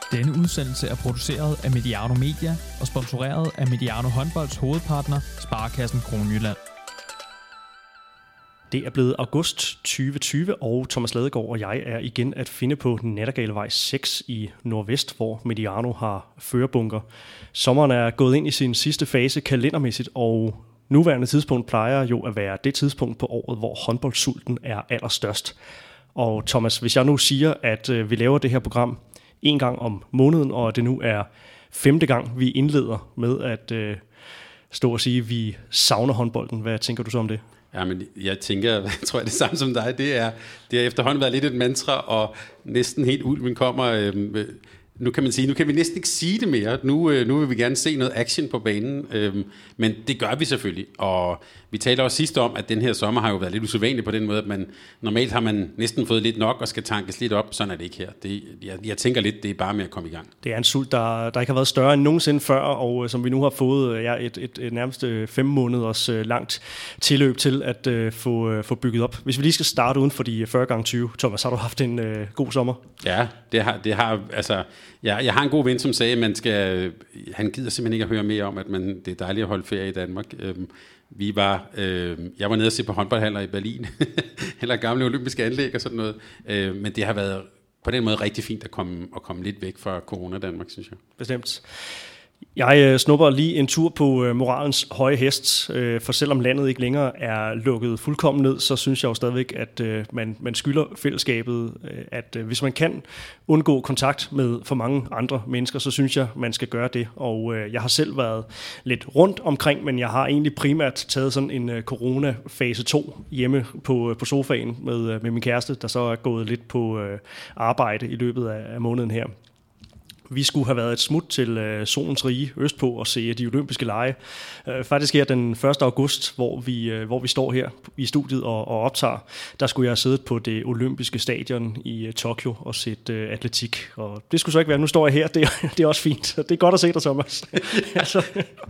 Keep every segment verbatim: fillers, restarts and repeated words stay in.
Denne udsendelse er produceret af Mediano Media og sponsoreret af Mediano Håndbolds hovedpartner, Sparekassen Kronjylland. Det er blevet august tyve tyve, og Thomas Ladegaard og jeg er igen at finde på Nattergalevej seks i Nordvest, hvor Mediano har førerbunker. Sommeren er gået ind i sin sidste fase kalendermæssigt, og nuværende tidspunkt plejer jo at være det tidspunkt på året, hvor håndboldsulten er allerstørst. Og Thomas, hvis jeg nu siger, at vi laver det her program en gang om måneden, og det nu er femte gang, vi indleder med at øh, stå og sige, at vi savner håndbolden. Hvad tænker du så om det? Ja, men jeg tænker, jeg tror jeg det samme som dig. Det er, det har efterhånden været lidt et mantra, og næsten helt ulven kommer. Øh, nu kan man sige, nu kan vi næsten ikke sige det mere. Nu, øh, nu vil vi gerne se noget action på banen, øh, men det gør vi selvfølgelig. Og vi talte også sidst om, at den her sommer har jo været lidt usædvanlig på den måde, at man normalt har man næsten fået lidt nok og skal tankes lidt op. Sådan er det ikke her. Det, jeg, jeg tænker lidt, det er bare med at komme i gang. Det er en sult, der, der ikke har været større end nogensinde før, og som vi nu har fået ja, et, et, et nærmest fem måneders langt tilløb til at uh, få, uh, få bygget op. Hvis vi lige skal starte uden for de fyrre gange tyve, Thomas, har du haft en uh, god sommer? Ja, det har, det har altså, jeg, jeg har en god ven, som sagde, at man skal, han gider simpelthen ikke at høre mere om, at man, det er dejligt at holde ferie i Danmark. Øhm, Vi var, øh, jeg var nede og se på håndboldhaller i Berlin, eller gamle olympiske anlæg og sådan noget, øh, men det har været på den måde rigtig fint at komme, at komme lidt væk fra corona-Danmark, synes jeg. Bestemt. Jeg øh, snupper lige en tur på øh, moralens høje hest, øh, for selvom landet ikke længere er lukket fuldkommen ned, så synes jeg jo stadigvæk, at øh, man, man skylder fællesskabet, øh, at øh, hvis man kan undgå kontakt med for mange andre mennesker, så synes jeg, man skal gøre det. Og øh, jeg har selv været lidt rundt omkring, men jeg har egentlig primært taget sådan en øh, corona-fase to hjemme på, øh, på sofaen med, øh, med min kæreste, der så er gået lidt på øh, arbejde i løbet af, af måneden her. Vi skulle have været et smut til øh, solens rige østpå og se de olympiske lege. Øh, faktisk her den første august, hvor vi, øh, hvor vi står her i studiet og, og optager, der skulle jeg have siddet på det olympiske stadion i øh, Tokyo og set øh, atletik. Og det skulle så ikke være. Nu står jeg her. Det, det er også fint. Det er godt at se dig, Thomas. altså.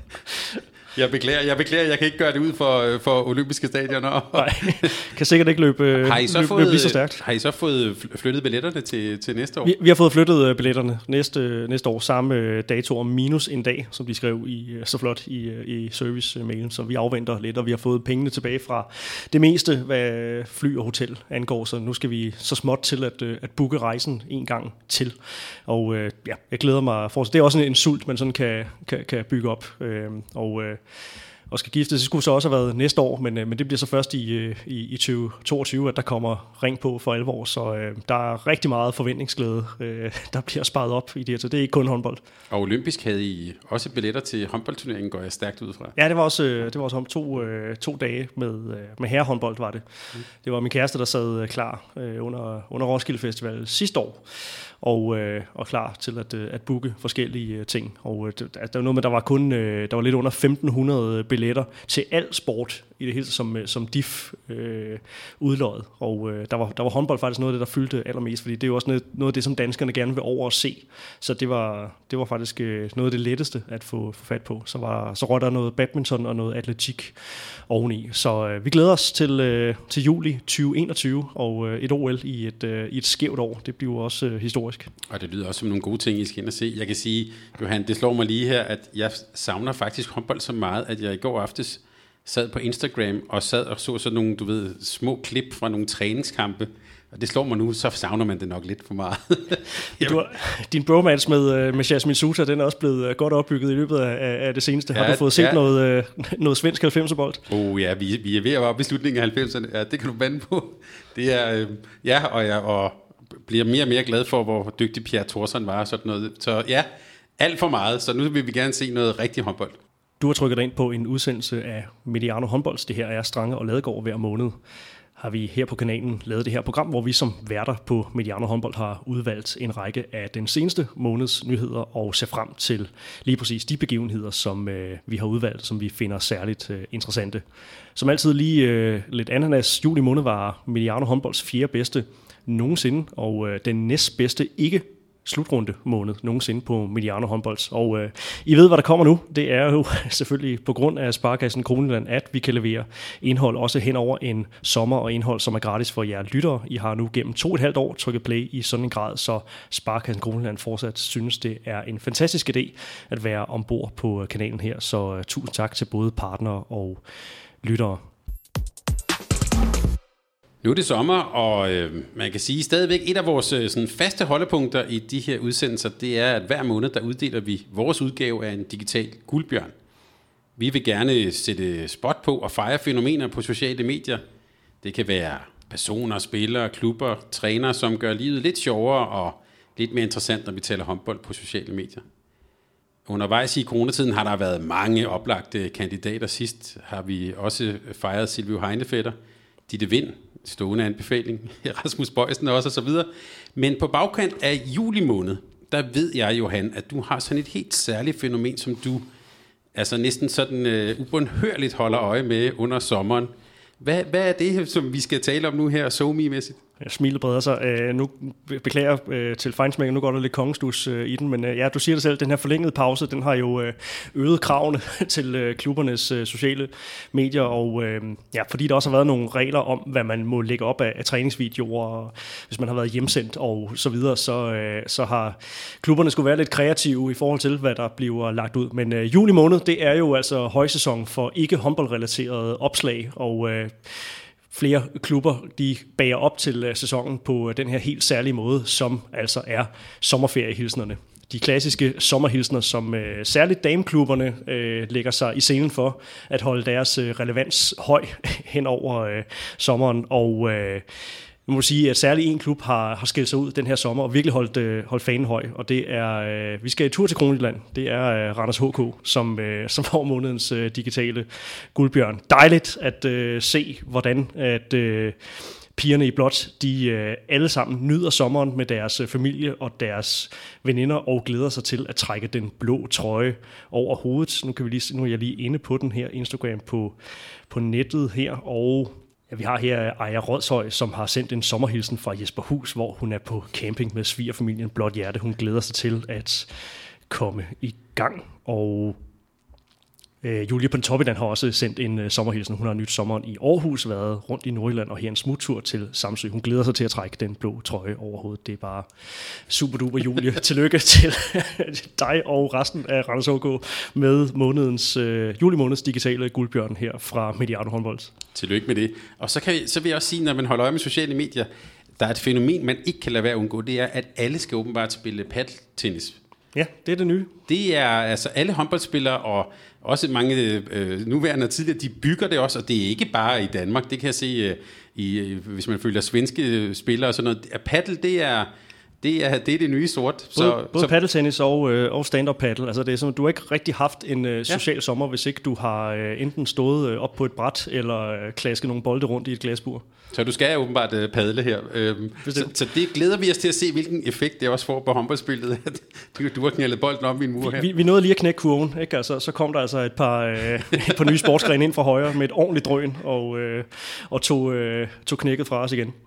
Jeg beklager, jeg beklager, jeg kan ikke gøre det ud for, for olympiske stadioner. Nej, kan sikkert ikke løbe, har I så løbe, fået, løbe lige så stærkt. Har I så fået flyttet billetterne til, til næste år? Vi, vi har fået flyttet billetterne næste, næste år, samme dato om minus en dag, som de skrev i, så flot i, i service-mailen, så vi afventer lidt, og vi har fået pengene tilbage fra det meste, hvad fly og hotel angår, så nu skal vi så småt til at, at booke rejsen en gang til. Og ja, jeg glæder mig for det. er også en, en sult, man sådan kan, kan, kan bygge op, og og skal giftes. Det skulle så også have været næste år, men, men det bliver så først i, i, i tyve toogtyve, at der kommer ring på for alvor, så øh, der er rigtig meget forventningsglæde, øh, der bliver sparet op i det her, så det er ikke kun håndbold. Og olympisk havde I også billetter til håndboldturneringen, går jeg stærkt ud fra? Ja, det var også, det var også om to, øh, to dage med, med herrehåndbold, var det. Mm. Det var min kæreste, der sad klar øh, under, under Roskilde Festival sidste år, og, øh, og klar til at, at booke forskellige øh, ting. Og øh, der var noget med, der var kun øh, der var lidt under femten hundrede billetter til al sport i det hele, som, som D I F øh, udløjet. Og øh, der, var, der var håndbold faktisk noget af det, der fyldte allermest, fordi det er jo også noget, noget af det, som danskerne gerne vil over og se. Så det var, det var faktisk øh, noget af det letteste at få, få fat på. Så, var, så røg der noget badminton og noget atletik oveni. Så øh, vi glæder os til, øh, til juli tyve enogtyve og øh, et O L i et, øh, i et skævt år. Det bliver også øh, historisk. Og det lyder også som nogle gode ting, I skal ind og se. Jeg kan sige, Johan, det slår mig lige her, at jeg savner faktisk håndbold så meget, at jeg i går aftes sad på Instagram og sad og så sådan nogle, du ved, små klip fra nogle træningskampe. Og det slår mig nu, så savner man det nok lidt for meget. du har, din bromance med, med Jasmine Suter, den er også blevet godt opbygget i løbet af, af det seneste. Har ja, du fået set ja. noget, noget svensk halvfemser-bold? Oh ja, vi, vi er ved at være oppe i slutningen af halvfemserne. Ja, det kan du bande på. Det er, øh, ja, og jeg og bliver mere og mere glad for, hvor dygtig Pierre Thorsson var og sådan noget. Så ja, alt for meget. Så nu vil vi gerne se noget rigtig håndbold. Du har trykket dig ind på en udsendelse af Mediano Håndbolds. Det her er Strange og Ladegaard hver måned. Har vi her på kanalen lavet det her program, hvor vi som værter på Mediano Håndbold har udvalgt en række af den seneste måneds nyheder og ser frem til lige præcis de begivenheder, som øh, vi har udvalgt, som vi finder særligt øh, interessante. Som altid lige øh, lidt ananas. Juli måned var Mediano Håndbolds fjerde bedste nogensinde, og øh, den næstbedste ikke slutrunde måned nogensinde på Mediano Håndbolds. Og øh, I ved, hvad der kommer nu. Det er jo selvfølgelig på grund af Sparekassen Kronjylland, at vi kan levere indhold også hen over en sommer, og indhold, som er gratis for jer lyttere. I har nu gennem to og et halvt år trykket play i sådan en grad, så Sparekassen Kronjylland fortsat synes, det er en fantastisk idé at være ombord på kanalen her. Så uh, tusind tak til både partnere og lyttere. Nu er det sommer, og øh, man kan sige stadigvæk, et af vores øh, sådan faste holdepunkter i de her udsendelser, det er, at hver måned, der uddeler vi vores udgave af en digital guldbjørn. Vi vil gerne sætte spot på og fejre fænomener på sociale medier. Det kan være personer, spillere, klubber, trænere, som gør livet lidt sjovere og lidt mere interessant, når vi taler håndbold på sociale medier. Undervejs i coronatiden har der været mange oplagte kandidater. Sidst har vi også fejret Silvio Heinefetter, Ditte Vind, stående anbefaling, Rasmus Bøjsen også og så videre. Men på bagkant af juli måned, der ved jeg, Johan, at du har sådan et helt særligt fænomen, som du altså næsten sådan uh, ubønhørligt holder øje med under sommeren. Hvad, hvad er det, som vi skal tale om nu her, SoMe-mæssigt? Smilet breder sig. Øh, nu beklager øh, til fejnsmækker, nu går der lidt kongestus øh, i den, men øh, ja, du siger det selv, den her forlængede pause, den har jo øh, øget kravene til øh, klubbernes øh, sociale medier, og øh, ja, fordi der også har været nogle regler om, hvad man må lægge op af, af træningsvideoer, og hvis man har været hjemsendt og så videre, så, øh, så har klubberne skulle være lidt kreative i forhold til, hvad der bliver lagt ud. Men øh, juli måned, det er jo altså højsæson for ikke håndboldrelaterede opslag, og øh, flere klubber, de bager op til sæsonen på den her helt særlige måde, som altså er sommerferiehilsnerne. De klassiske sommerhilsner, som øh, særligt dameklubberne øh, lægger sig i scenen for at holde deres øh, relevans høj hen over øh, sommeren. Og øh, man må sige, at særligt en klub har, har skilt sig ud den her sommer og virkelig holdt, øh, holdt fanen høj. Og det er, øh, vi skal i tur til Kronjylland. Det er øh, Randers H K, som, øh, som får månedens øh, digitale guldbjørn. Dejligt at øh, se, hvordan at øh, pigerne i blåt, de øh, alle sammen nyder sommeren med deres øh, familie og deres veninder og glæder sig til at trække den blå trøje over hovedet. Nu, kan vi lige, nu er jeg lige inde på den her Instagram på, på nettet her, og ja, vi har her Aya Rådshøj, som har sendt en sommerhilsen fra Jesperhus, hvor hun er på camping med svigerfamilien Blåt Hjerte. Hun glæder sig til at komme i gang, og Øh, Julie Pontoppidan har også sendt en uh, sommerhilsen. Hun har nyt sommeren i Aarhus, været rundt i Nordjylland og her en smuttur til Samsø. Hun glæder sig til at trække den blå trøje over hovedet. Det er bare super duper, Julie. Tillykke til dig og resten af Randers H K med månedens, øh, julimåneds digitale guldbjørn her fra Mediano Håndbolds. Tillykke med det. Og så, kan vi, så vil jeg også sige, når man holder øje med sociale medier, der er et fænomen, man ikke kan lade være at undgå. Det er, at alle skal åbenbart spille paddeltennis. Ja, det er det nye. Det er altså alle håndboldspillere og også mange øh, nuværende og tidligere, de bygger det også, og det er ikke bare i Danmark. Det kan jeg se, øh, i, hvis man følger svenske spillere og sådan noget. Paddle, det er det er det, er det nye sort. Både, så, både så, paddeltennis og, øh, og stand-up paddle. Altså det er sådan, du har ikke rigtig haft en øh, social ja. sommer, hvis ikke du har øh, enten stået øh, op på et bræt eller øh, klasket nogle bolde rundt i et glasbur. Så du skal åbenbart øh, padle her. Øhm, så, så det glæder vi os til at se, hvilken effekt det også får på håndboldspillet. du, du har knældet bolden op i en mur her. Vi, vi nåede lige at knække kurven, ikke? Altså, så kom der altså et par, øh, et par nye sportsgrene ind fra højre med et ordentligt drøn og, øh, og tog, øh, tog knækket fra os igen.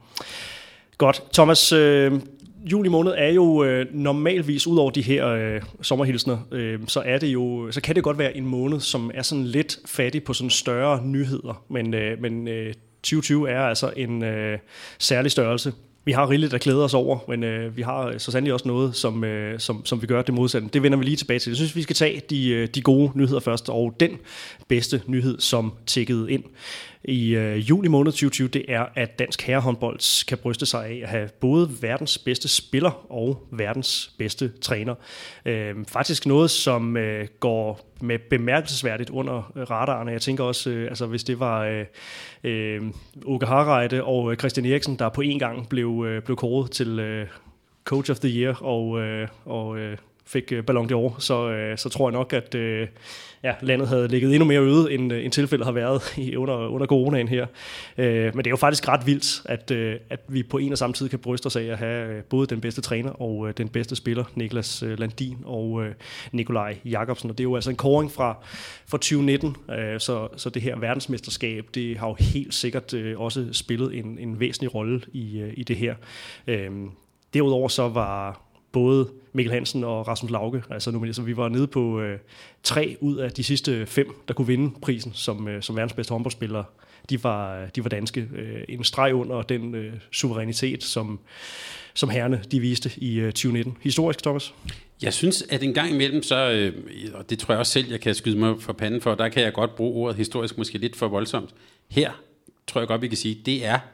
Godt. Thomas, øh, juli måned er jo øh, normalvis, ud over de her øh, sommerhilsner, øh, så, er det jo, så kan det godt være en måned, som er sådan lidt fattig på sådan større nyheder. Men, øh, men øh, tyve tyve er altså en øh, særlig størrelse. Vi har rigeligt at glæde os over, men øh, vi har så sandelig også noget, som, øh, som, som vi gør det modsatte. Det vender vi lige tilbage til. Jeg synes, vi skal tage de, de gode nyheder først, og den bedste nyhed, som tikkede ind i øh, juli måned tyve tyve, det er, at dansk herrehåndbold kan bryste sig af at have både verdens bedste spiller og verdens bedste træner. Øh, faktisk noget, som øh, går med bemærkelsesværdigt under radarerne. Jeg tænker også, øh, altså hvis det var øh, øh, Åke Harreide og Christian Eriksen, der på en gang blev, øh, blev kåret til øh, Coach of the Year og, øh, og øh, fik øh, Ballon d'Or, så, øh, så tror jeg nok, at øh, ja, landet havde ligget endnu mere øde, end, end tilfældet har været i, under, under coronaen her. Øh, men det er jo faktisk ret vildt, at, øh, at vi på en og samme tid kan bryste os af at have øh, både den bedste træner og øh, den bedste spiller, Niklas øh, Landin og øh, Nikolaj Jakobsen. Og det er jo altså en kåring fra, fra tyve nitten, øh, så, så det her verdensmesterskab, det har jo helt sikkert øh, også spillet en, en væsentlig rolle i, øh, i det her. Øh, derudover så var både Mikkel Hansen og Rasmus Lauke. Altså nu, så vi var nede på øh, tre ud af de sidste fem, der kunne vinde prisen som, øh, som verdens bedste håndboldspillere. De var, de var danske. Øh, en streg under den øh, suverænitet, som, som herrene de viste i øh, tyve nitten. Historisk, Thomas? Jeg synes, at en gang imellem, så, øh, og det tror jeg også selv, jeg kan skyde mig for panden for, der kan jeg godt bruge ordet historisk måske lidt for voldsomt. Her tror jeg godt, vi kan sige, det er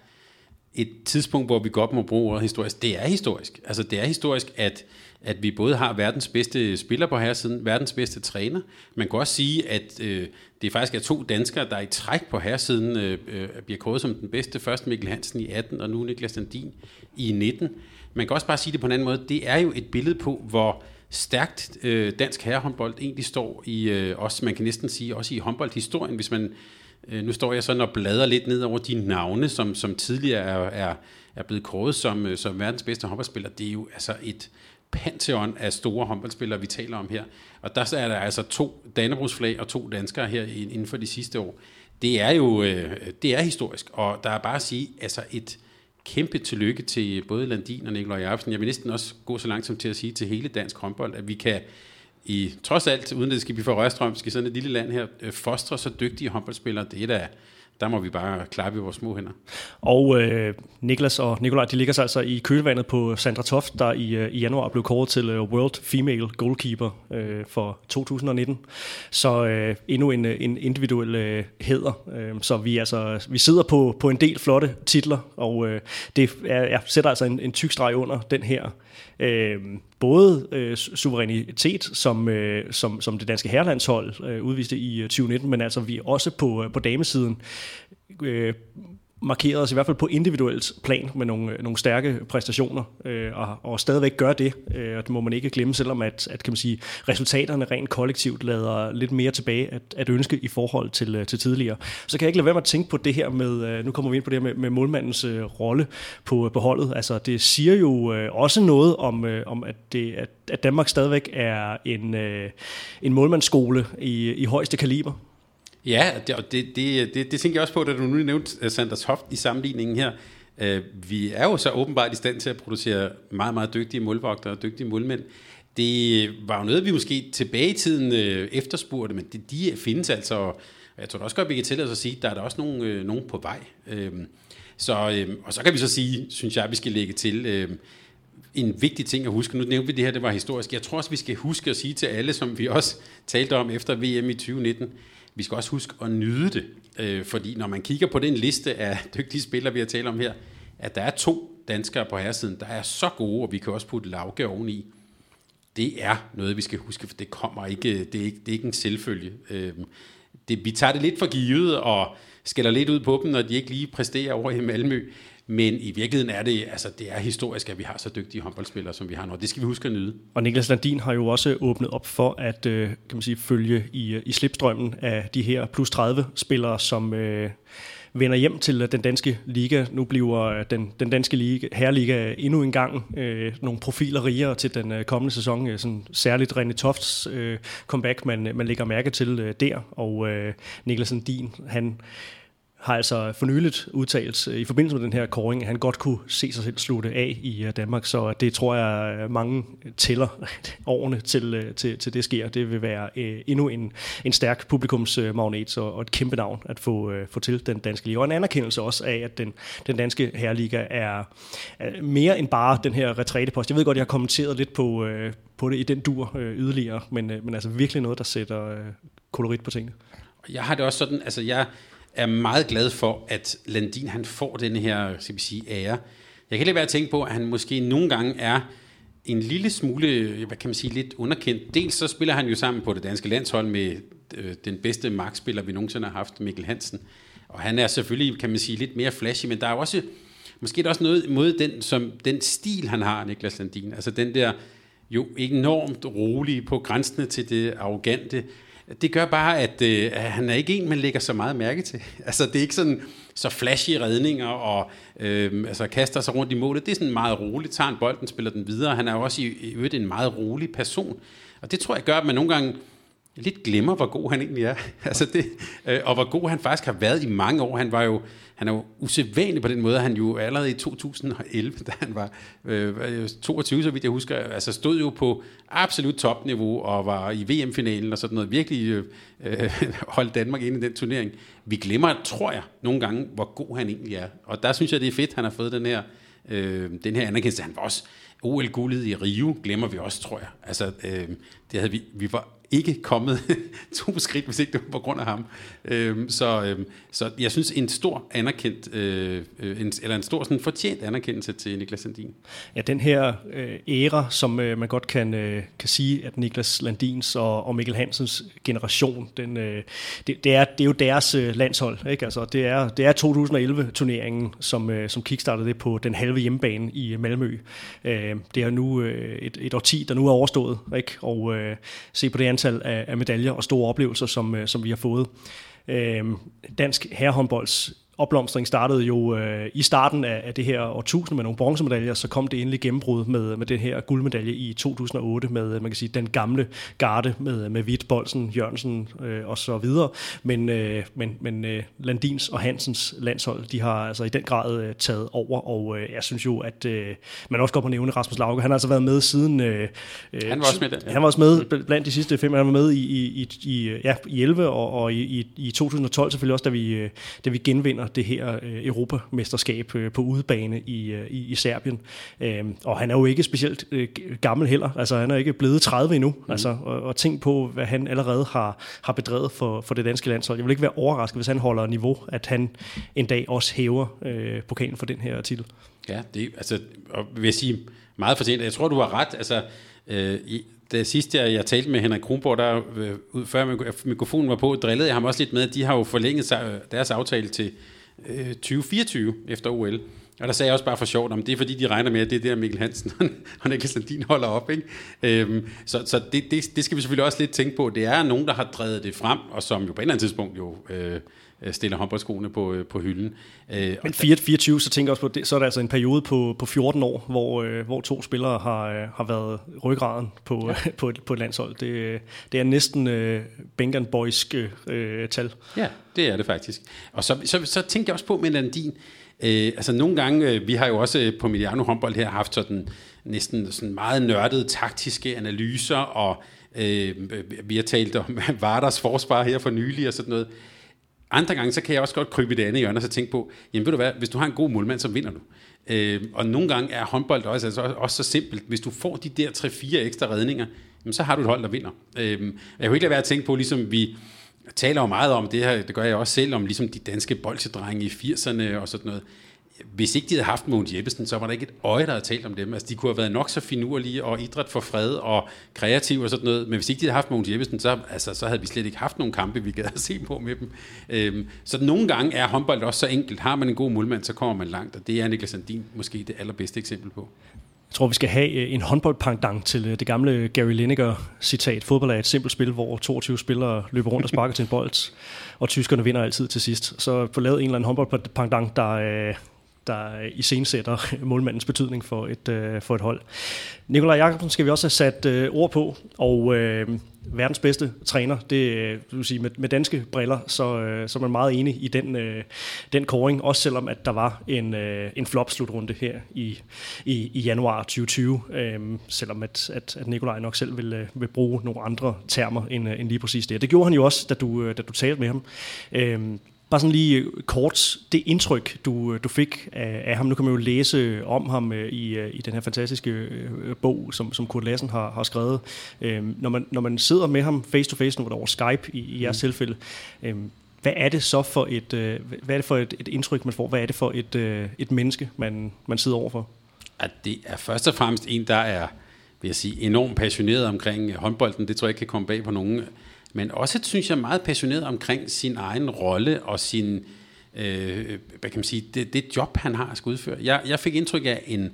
et tidspunkt, hvor vi godt må bruge ordet historisk. Det er historisk. Altså det er historisk, at, at vi både har verdens bedste spiller på herresiden, verdens bedste træner. Man kan også sige, at øh, det faktisk er to danskere, der i træk på herresiden øh, øh, bliver kåret som den bedste. Først Mikkel Hansen i atten, og nu Niklas Landin i nitten. Man kan også bare sige det på en anden måde. Det er jo et billede på, hvor stærkt øh, dansk herrehåndbold egentlig står i, øh, også, man kan næsten sige, også i håndboldhistorien, hvis man nu står jeg sådan og bladrer lidt ned over de navne, som, som tidligere er, er, er blevet kåret som, som verdens bedste håndboldspiller. Det er jo altså et pantheon af store håndboldspillere, vi taler om her. Og der er der altså to Dannebrogsflag og to danskere her inden for de sidste år. Det er jo det er historisk, og der er bare at sige, altså et kæmpe tillykke til både Landin og Nikolaj Jacobsen. Jeg vil næsten også gå så langt som til at sige til hele dansk håndbold, at vi kan i trods alt, uden det skal blive for rørstrømsk i sådan et lille land her, fostre så dygtige håndboldspillere, det er da, der må vi bare klappe i vores små hænder. Og øh, Niklas og Nikolaj, de ligger sig altså i kølvandet på Sandra Toft, der i, øh, i januar blev kåret til øh, World Female Goalkeeper øh, for to tusind nitten. Så øh, endnu en, en individuel øh, hæder. Øh, så vi, altså, vi sidder på, på en del flotte titler, og øh, det er, jeg sætter altså en, en tyk streg under den her. Øh, både øh, suverænitet, som, øh, som, som det danske herrelandshold øh, udviste i øh, tyve nitten, men altså vi er også på, øh, på damesiden øh, markeret os i hvert fald på individuelt plan med nogle, nogle stærke præstationer, øh, og, og stadigvæk gør det, øh, og det må man ikke glemme, selvom at, at kan man sige, resultaterne rent kollektivt lader lidt mere tilbage at, at ønske i forhold til, til tidligere. Så kan jeg ikke lade være med at tænke på det her med, nu kommer vi ind på det her med, med målmandens øh, rolle på, på holdet. Altså det siger jo øh, også noget om, øh, om at, det, at, at Danmark stadigvæk er en, øh, en målmandsskole i, i højeste kaliber. Ja, det, det, det, det, det tænker jeg også på, da du nu nævnte Sandra Toft i sammenligningen her. Uh, vi er jo så åbenbart i stand til at producere meget, meget dygtige målvogtere og dygtige målmænd. Det var jo noget, vi måske tilbage i tiden uh, efterspurgte, men det, de findes altså, og jeg tror også godt, vi kan tillade os at sige, at der er der også nogen, uh, nogen på vej. Uh, så, uh, og så kan vi så sige, synes jeg, at vi skal lægge til uh, en vigtig ting at huske. Nu nævnte vi det her, det var historisk. Jeg tror også, vi skal huske at sige til alle, som vi også talte om efter V M i tyve nitten, vi skal også huske at nyde det, øh, fordi når man kigger på den liste af dygtige spillere, vi har talt om her, at der er to danskere på herresiden, der er så gode, og vi kan også putte Lauke oveni. Det er noget, vi skal huske, for det kommer ikke, det er ikke, det er ikke en selvfølge. Øh, det, vi tager det lidt for givet og skælder lidt ud på dem, når de ikke lige præsterer over i Malmø. Men i virkeligheden er det, altså det er historisk, at vi har så dygtige håndboldspillere, som vi har nu. Det skal vi huske at nyde. Og Niklas Landin har jo også åbnet op for at kan man sige, følge i, i slipstrømmen af de her plus tredive spillere, som øh, vender hjem til den danske liga. Nu bliver den, den danske liga, herreliga endnu en gang øh, nogle profiler rigere til den øh, kommende sæson. Sådan særligt René Tofts øh, comeback, man, man lægger mærke til øh, der. Og øh, Niklas Landin, han har altså for nyligt udtalt i forbindelse med den her kåring, at han godt kunne se sig selv slutte af i Danmark, så det tror jeg mange tæller årene til, til, til det sker. Det vil være endnu en, en stærk publikumsmagnet og et kæmpe navn at få, få til den danske liga. Og en anerkendelse også af, at den, den danske herreliga er, er mere end bare den her retrætepost. Jeg ved godt, jeg har kommenteret lidt på, på det i den dur yderligere, men, men altså virkelig noget, der sætter kolorit på tingene. Jeg har det også sådan, altså jeg er meget glad for, at Landin han får den her, skal vi sige, ære. Jeg kan lige være at tænke på, at han måske nogle gange er en lille smule, hvad kan man sige, lidt underkendt. Dels så spiller han jo sammen på det danske landshold med øh, den bedste markspiller, vi nogensinde har haft, Mikkel Hansen. Og han er selvfølgelig, kan man sige, lidt mere flashy, men der er også, måske er der også noget mod den, som, den stil, han har, Niklas Landin. Altså den der jo enormt rolige på grænsene til det arrogante. Det gør bare, at, øh, at han er ikke en, man lægger så meget mærke til. Altså, det er ikke sådan så flashy redninger og øh, altså, kaster sig rundt i målet. Det er sådan meget roligt. Tager en bolden, spiller den videre. Han er jo også i, i øvrigt en meget rolig person. Og det tror jeg gør, at man nogle gange lidt glemmer, hvor god han egentlig er. altså det, øh, og hvor god han faktisk har været i mange år. Han var jo, han er jo usædvanlig på den måde, han jo allerede i to tusind og elleve, da han var øh, toogtyve, så vidt jeg husker, altså stod jo på absolut topniveau og var i V M-finalen og sådan noget, virkelig øh, øh, holdt Danmark inde i den turnering. Vi glemmer, tror jeg, nogle gange, hvor god han egentlig er. Og der synes jeg, det er fedt, han har fået den her, øh, den her anerkendelse. Han var også O L-guldet i Rio, glemmer vi også, tror jeg. Altså, øh, det havde vi, vi var ikke kommet to skridt, hvis ikke det var på grund af ham. Øhm, så, øhm, så jeg synes, en stor anerkendt, øh, en, eller en stor sådan fortjent anerkendelse til Niklas Landin. Ja, den her øh, æra, som øh, man godt kan, øh, kan sige, at Niklas Landins og, og Mikkel Hansens generation, den, øh, det, det, er, det er jo deres øh, landshold, ikke? Altså, det er, det er to tusind og elleve-turneringen, som, øh, som kickstartede det på den halve hjemmebane i Malmø. Øh, det er nu øh, et, et årti, der nu er overstået, ikke? Og øh, se på det antal af, af medaljer og store oplevelser, som, som vi har fået. Øh, dansk herrehåndbolds opblomstring startede jo øh, i starten af, af det her årtusinde med nogle bronzemedaljer, så kom det endelig gennembrud med, med den her guldmedalje i to tusind og otte med, man kan sige, den gamle garde med, med Hvidt, Bolsen, Jørgensen øh, og så videre. Men, øh, men, men øh, Landins og Hansens landshold, de har altså i den grad øh, taget over, og øh, jeg synes jo, at øh, man også godt må nævne Rasmus Lauke. Han har altså været med siden... Øh, han var også med, ja. Han var også med blandt de sidste fem. Han var med i, i, i, ja, i elleve og, og i, i to tusind og tolv selvfølgelig også, da vi, da vi genvinder det her øh, europamesterskab øh, på udebane i, øh, i, i Serbien. Øh, og han er jo ikke specielt øh, gammel heller. Altså, han er ikke blevet tredive endnu. Mm. Altså, og, og tænk på, hvad han allerede har, har bedrevet for, for det danske landshold. Jeg vil ikke være overrasket, hvis han holder niveau, at han en dag også hæver øh, pokalen for den her titel. Ja, det altså, og vil jeg sige meget fortjent. Jeg tror, du har ret. Altså, øh, i det sidste, jeg, jeg talte med Henrik Kronborg, der øh, før mikrofonen var på, drillede jeg ham også lidt med, at de har jo forlænget deres aftale til tyve fireogtyve efter O L. Og der sagde jeg også bare for sjovt, om det er fordi, de regner med, at det er der Mikkel Hansen og Niklas Landin holder op. Ikke? Øhm, så så det, det, det skal vi selvfølgelig også lidt tænke på. Det er nogen, der har drevet det frem, og som jo på et eller andet tidspunkt jo øh, stiller håndboldskoene på, øh, på hylden. Øh, Men fireogtyve, så tænker jeg også på, det, så er der altså en periode på, på fjorten år, hvor, øh, hvor to spillere har, øh, har været ryggraden på, ja. øh, på, et, på et landshold. Det, det er næsten øh, Bengan Boyske øh, tal. Ja, det er det faktisk. Og så, så, så tænker jeg også på med Landin. Øh, altså nogle gange, øh, vi har jo også på Mediano håndbold her haft sådan næsten sådan meget nørdede taktiske analyser, og øh, vi har talt om Vardars forsvar her for nylig og sådan noget. Andre gange, så kan jeg også godt krybe i det andet hjørne og så tænke på, jamen ved du hvad, hvis du har en god målmand, så vinder du. Øh, og nogle gange er håndbold også, altså også så simpelt. Hvis du får de der tre fire ekstra redninger, jamen, så har du et hold, der vinder. Øh, jeg kunne ikke lade være at tænke på, ligesom vi taler jo meget om det her, det gør jeg også selv, om ligesom de danske bolsjedrenge i firserne og sådan noget. Hvis ikke de havde haft Mogens Jeppesen, så var der ikke et øje, der havde talt om dem. Altså, de kunne have været nok så finurlige og idræt for fred og kreative og sådan noget. Men hvis ikke de havde haft Mogens Jeppesen, så, altså, så havde vi slet ikke haft nogen kampe, vi gad at se på med dem. Øhm, så nogle gange er håndbold også så enkelt. Har man en god målmand, så kommer man langt. Og det er Niklas Landin måske det allerbedste eksempel på. Jeg tror, vi skal have en håndboldpangdang til det gamle Gary Lineker-citat. Fodbold er et simpelt spil, hvor toogtyve spillere løber rundt og sparker til en bold, og tyskerne vinder altid til sidst. Så få lavet en eller anden håndboldpangdang, der, der iscenesætter målmandens betydning for et, for et hold. Nikolaj Jakobsen skal vi også have sat ord på, og øh, verdens bedste træner, det vil sige med, med danske briller, så, så er man meget enig i den, øh, den kåring, også selvom at der var en, øh, en flop-slutrunde her i, i, i januar tyve tyve, øh, selvom at, at, at Nikolaj nok selv vil, vil bruge nogle andre termer end, end lige præcis det. Det gjorde han jo også, da du, da du talte med ham. Øh, Bare sådan lige kort, det indtryk, du, du fik af, af ham. Nu kan man jo læse om ham i, i den her fantastiske bog, som, som Kurt Lassen har, har skrevet. Øhm, når, man, når man sidder med ham face to face, nu var det over Skype i, i jeres mm. tilfælde, øhm, hvad er det så for et, øh, hvad er det for et, et indtryk, man får? Hvad er det for et, øh, et menneske, man, man sidder overfor? At det er først og fremmest en, der er, vil jeg sige, enormt passioneret omkring håndbolden. Det tror jeg ikke kan komme bag på nogen. Men også, synes jeg, meget passioneret omkring sin egen rolle og sin, øh, hvad kan man sige, det, det job, han har at skulle udføre. Jeg, jeg fik indtryk af en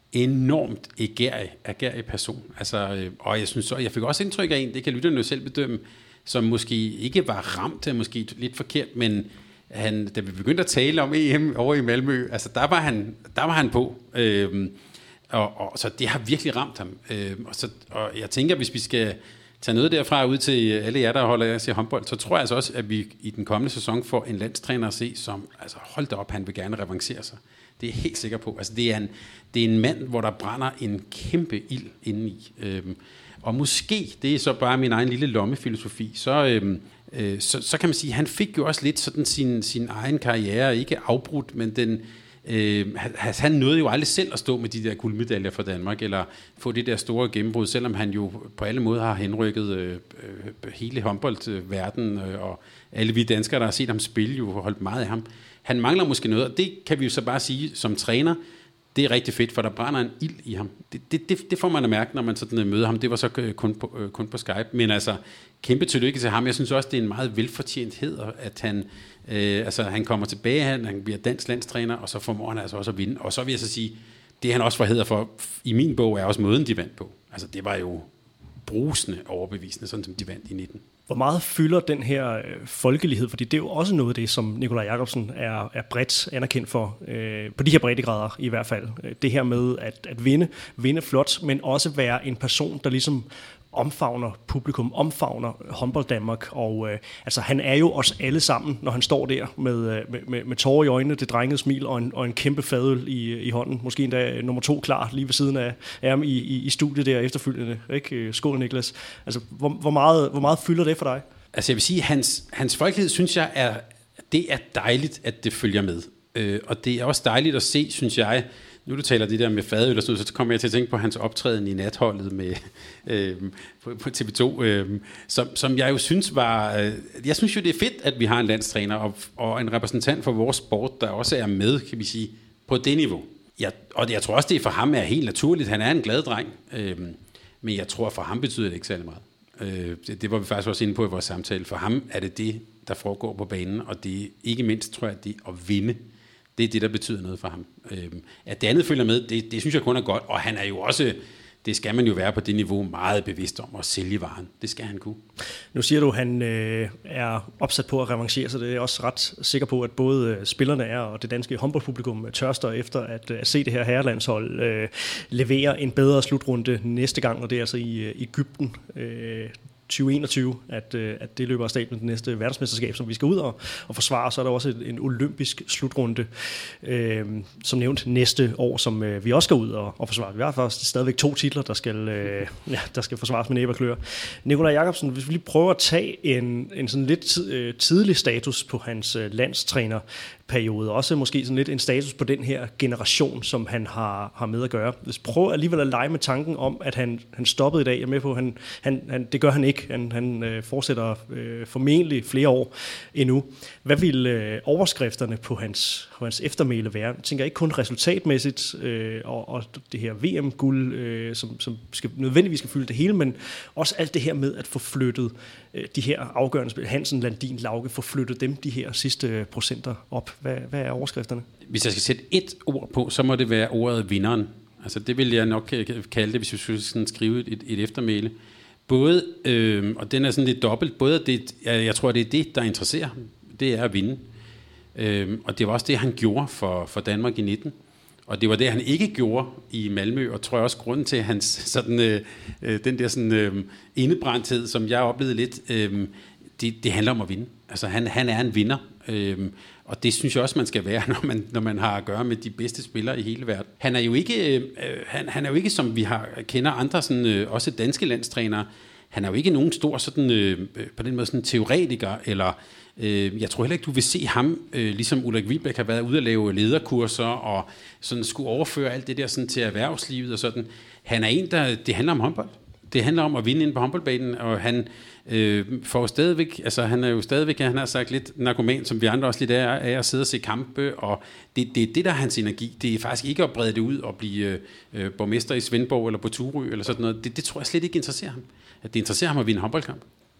enormt ægærig, ægærig person. Altså, øh, og jeg synes så, jeg fik også indtryk af en, det kan lytterne jo selv bedømme, som måske ikke var ramt, måske lidt forkert, men han, da vi begyndte at tale om E M over i Malmø, altså der var han, der var han på. Øh, og, og så det har virkelig ramt ham. Øh, og, så, og jeg tænker, hvis vi skal tage noget derfra ud til alle jer, der holder af sig håndbold, så tror jeg altså også, at vi i den kommende sæson får en landstræner at se, som, altså hold da op, han vil gerne revancere sig. Det er jeg helt sikker på. Altså, det er en, det er en mand, hvor der brænder en kæmpe ild indeni. Øhm, og måske, det er så bare min egen lille lommefilosofi, så, øhm, øh, så, så kan man sige, at han fik jo også lidt sådan sin, sin egen karriere, ikke afbrudt, men den, øh, han nåede jo aldrig selv at stå med de der guldmedaljer for Danmark, eller få det der store gennembrud, selvom han jo på alle måder har henrykket øh, øh, hele håndboldverdenen, øh, og alle vi danskere, der har set ham spille, jo holdt meget af ham. Han mangler måske noget, og det kan vi jo så bare sige som træner, det er rigtig fedt, for der brænder en ild i ham. Det, det, det, det får man at mærke, når man sådan møder ham. Det var så kun på, øh, kun på Skype, men altså kæmpe tillykke til ham. Jeg synes også, det er en meget velfortjent heder, at han, øh, altså, han kommer tilbage, han, han bliver dansk landstræner, og så formår han altså også at vinde. Og så vil jeg så sige, det han også får heder for, i min bog, er også måden, de vandt på. Altså det var jo brusende overbevisende, sådan som de vandt i nitten. Hvor meget fylder den her øh, folkelighed? Fordi det er jo også noget af det, som Nikolaj Jacobsen er, er bredt anerkendt for, øh, på de her breddegrader i hvert fald. Det her med at, at vinde, vinde flot, men også være en person, der ligesom omfavner publikum, omfavner håndbold Danmark, og øh, altså han er jo os alle sammen, når han står der med, med, med, med tårer i øjnene, det drengede smil og en, og en kæmpe fadøl i, i hånden, måske endda nummer to klar lige ved siden af, af ham i, i, i studiet der efterfølgende, ikke? Skål Niklas. Altså hvor, hvor, meget, hvor meget fylder det for dig? Altså jeg vil sige, hans, hans folkelighed, synes jeg, er, det er dejligt, at det følger med, øh, og det er også dejligt at se, synes jeg. Nu du taler det der med fadøl og sådan noget, så kommer jeg til at tænke på hans optræden i Natholdet med, øh, på, på T V to, øh, som, som jeg jo synes var... Øh, jeg synes jo, det er fedt, at vi har en landstræner og, og en repræsentant for vores sport, der også er med, kan vi sige, på det niveau. Jeg, og jeg tror også, det for ham er helt naturligt. Han er en glad dreng, øh, men jeg tror, for ham betyder det ikke særlig meget. Øh, det, det var vi faktisk også inde på i vores samtale. For ham er det det, der foregår på banen, og det er ikke mindst, tror jeg, det at vinde. Det er det, der betyder noget for ham. Øhm, at det andet følger med, det, det synes jeg kun er godt, og han er jo også, det skal man jo være på det niveau, meget bevidst om at sælge varen. Det skal han kunne. Nu siger du, at han øh, er opsat på at revancere, så det er jeg også ret sikker på, at både spillerne er og det danske håndboldpublikum tørster efter at, at se det her herrelandshold øh, levere en bedre slutrunde næste gang, og det er altså i Egypten. Øh, tyve enogtyve, at, at det løber af stablen det næste verdensmesterskab, som vi skal ud og, og forsvare. Så er der også en, en olympisk slutrunde, øh, som nævnt næste år, som øh, vi også skal ud og, og forsvare. Vi har faktisk stadigvæk to titler, der skal, øh, ja, der skal forsvares med næb og klør. Nikolaj Jacobsen, hvis vi lige prøver at tage en, en sådan lidt tid, øh, tidlig status på hans øh, landstrænerperiode, også måske sådan lidt en status på den her generation, som han har, har med at gøre. Hvis prøver alligevel at lege med tanken om, at han, han stoppede i dag, jeg er med på, han, han, han, det gør han ikke. Han, han øh, fortsætter øh, formentlig flere år endnu. Hvad vil øh, overskrifterne på hans, på hans eftermæle være? Jeg tænker ikke kun resultatmæssigt øh, og, og det her V M-guld, øh, som, som skal, nødvendigvis skal fylde det hele, men også alt det her med at få flyttet øh, de her afgørende spil, Hansen, Landin, Lauke, få flyttet dem de her sidste procenter op. Hvad, hvad er overskrifterne? Hvis jeg skal sætte et ord på, så må det være ordet vinderen. Altså det vil jeg nok kalde det, hvis vi skulle sådan skrive et, et eftermæle. Både, øh, og den er sådan lidt dobbelt, både det, jeg, jeg tror, det er det, der interesserer ham, det er at vinde. Øh, og det var også det, han gjorde for, for Danmark i nitten. Og det var det, han ikke gjorde i Malmø, og tror jeg også grunden til hans sådan, øh, den der sådan, øh, indebrændthed, som jeg oplevede lidt, øh, det, det handler om at vinde. Altså han, han er en vinder, øh, og det synes jeg også, man skal være, når man, når man har at gøre med de bedste spillere i hele verden. Han er jo ikke, øh, han, han er jo ikke som vi har, kender andre, sådan, øh, også danske landstrænere, han er jo ikke nogen stor sådan, øh, på den måde sådan, teoretiker, eller øh, jeg tror heller ikke, du vil se ham, øh, ligesom Ulrik Wilbæk har været ude at lave lederkurser, og sådan skulle overføre alt det der sådan, til erhvervslivet og sådan. Han er en, der, det handler om håndbold. Det handler om at vinde ind på håndboldbanen, og han øh, får stadigvæk, altså han er jo stadigvæk, han har sagt lidt narkoman, som vi andre også lidt er, er at sidde og se kampe, og det, det er det, der er hans energi. Det er faktisk ikke at brede det ud og blive øh, borgmester i Svendborg eller på Turø eller sådan noget. Det, det tror jeg slet ikke interesserer ham. At det interesserer ham at vinde håndboldkamp.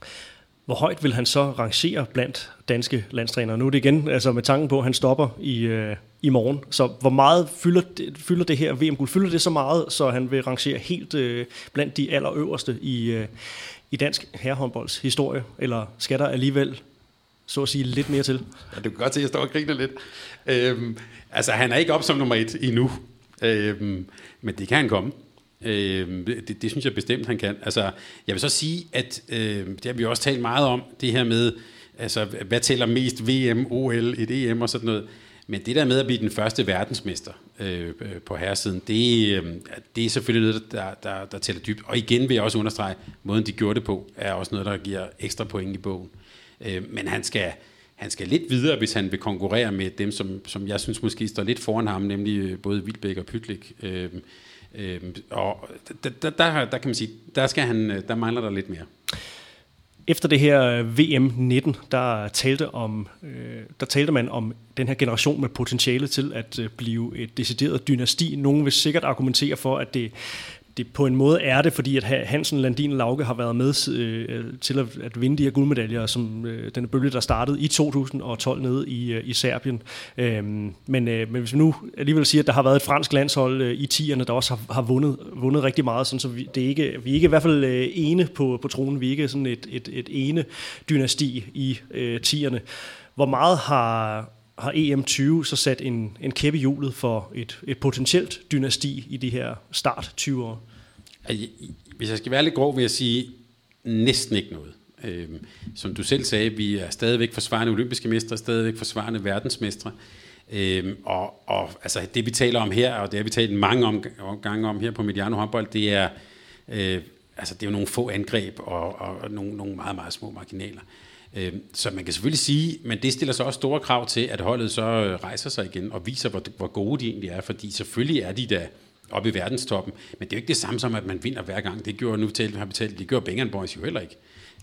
Hvor højt vil han så rangere blandt danske landstrænere? Nu er det igen, altså med tanken på, at han stopper i, øh, i morgen. Så hvor meget fylder det, fylder det her V M-guld? Fylder det så meget, så han vil rangere helt øh, blandt de allerøverste i, øh, i dansk herrehåndbolds historie? Eller skal der alligevel, så at sige, lidt mere til? Ja, du kan godt se, at jeg står og griner lidt. Øhm, altså, han er ikke op som nummer et endnu. Øhm, men det kan han komme. Øh, det, det synes jeg bestemt, han kan. Altså, jeg vil så sige, at øh, det har vi også talt meget om, det her med, altså, hvad tæller mest V M, O L, et E M og sådan noget. Men det der med at blive den første verdensmester øh, på herresiden, det, øh, det er selvfølgelig noget, der, der, der tæller dybt. Og igen vil jeg også understrege, måden de gjorde det på, er også noget, der giver ekstra point i bogen. Øh, men han skal, han skal lidt videre, hvis han vil konkurrere med dem, som, som jeg synes måske står lidt foran ham, nemlig både Wilbek og Pytlik. Øh, øh, og der, der, der, der kan man sige, der, skal han, der mangler der lidt mere. Efter det her V M nitten, der talte, om, øh, der talte man om den her generation med potentiale til at øh, blive et decideret dynasti. Nogen vil sikkert argumentere for, at det, det på en måde er det, fordi at Hansen, Landin og Lauke har været med øh, til at, at vinde de her guldmedaljer, som øh, den bølge, der startede i to tusind og tolv nede i, øh, i Serbien. Øhm, men, øh, men hvis vi nu alligevel siger, at der har været et fransk landshold øh, i tierne, der også har, har vundet, vundet rigtig meget, sådan, så vi, det er ikke, vi er ikke i hvert fald øh, ene på, på tronen, vi er ikke sådan et, et, et ene dynasti i øh, tierne. Hvor meget har... har E M tyve så sat en, en kæppe i hjulet for et, et potentielt dynasti i de her start tyve år? Hvis jeg skal være lidt grov, vil jeg sige næsten ikke noget. Øhm, som du selv sagde, vi er stadigvæk forsvarende olympiske mestre, stadigvæk forsvarende verdensmestre. Øhm, og, og altså, det vi taler om her, og det har vi talt mange om, gange om her på Mediano håndbold, det er, øh, altså, det er jo nogle få angreb og, og, og nogle, nogle meget, meget små marginaler. Så man kan selvfølgelig sige, men det stiller så også store krav til, at holdet så rejser sig igen og viser, hvor, hvor gode de egentlig er, fordi selvfølgelig er de da oppe i verdenstoppen, men det er jo ikke det samme som, at man vinder hver gang. Det gjorde nu talt, har betalt, det gjorde Bengan Boys jo heller ikke.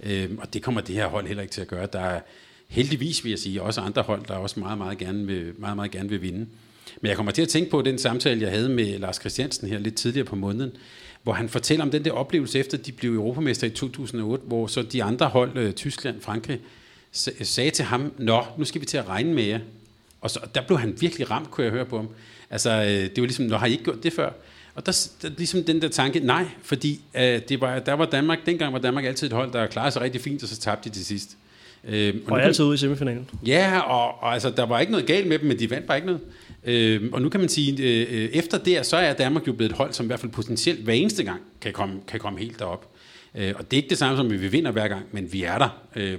Og det kommer det her hold heller ikke til at gøre. Der er heldigvis, vil jeg sige, også andre hold, der også meget, meget gerne vil, meget, meget gerne vil vinde. Men jeg kommer til at tænke på den samtale, jeg havde med Lars Christiansen her lidt tidligere på måneden, hvor han fortæller om den der oplevelse efter, de blev europamester i to tusind og otte, hvor så de andre hold, Tyskland, Frankrig, sagde til ham, nå, nu skal vi til at regne med jer. Og så, der blev han virkelig ramt, kunne jeg høre på ham. Altså, det var ligesom, nå, har I ikke gjort det før? Og der, der ligesom den der tanke, nej, fordi øh, det var, der var Danmark, dengang var Danmark altid et hold, der klarede sig rigtig fint, og så tabte de til sidst. Øh, og og altid ude i semifinalen. Ja, og, og altså, der var ikke noget galt med dem, men de vandt bare ikke noget. Øh, og nu kan man sige, øh, efter det, så er Danmark jo blevet et hold, som i hvert fald potentielt hver eneste gang kan komme, kan komme helt derop. Øh, og det er ikke det samme som, at vi vinder hver gang, men vi er der. Øh,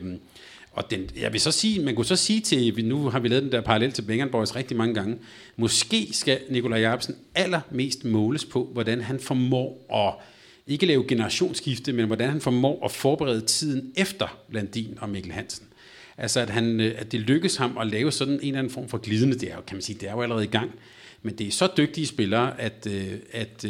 og den, jeg vil så sige, man kunne så sige til, nu har vi lavet den der parallel til Bengan Boys rigtig mange gange, måske skal Nikolaj Jacobsen allermest måles på, hvordan han formår at ikke lave generationsskifte, men hvordan han formår at forberede tiden efter Landin og Mikkel Hansen. Altså at, han, at det lykkes ham at lave sådan en eller anden form for glidende, det er jo, kan man sige, det er jo allerede i gang, men det er så dygtige spillere, at, at,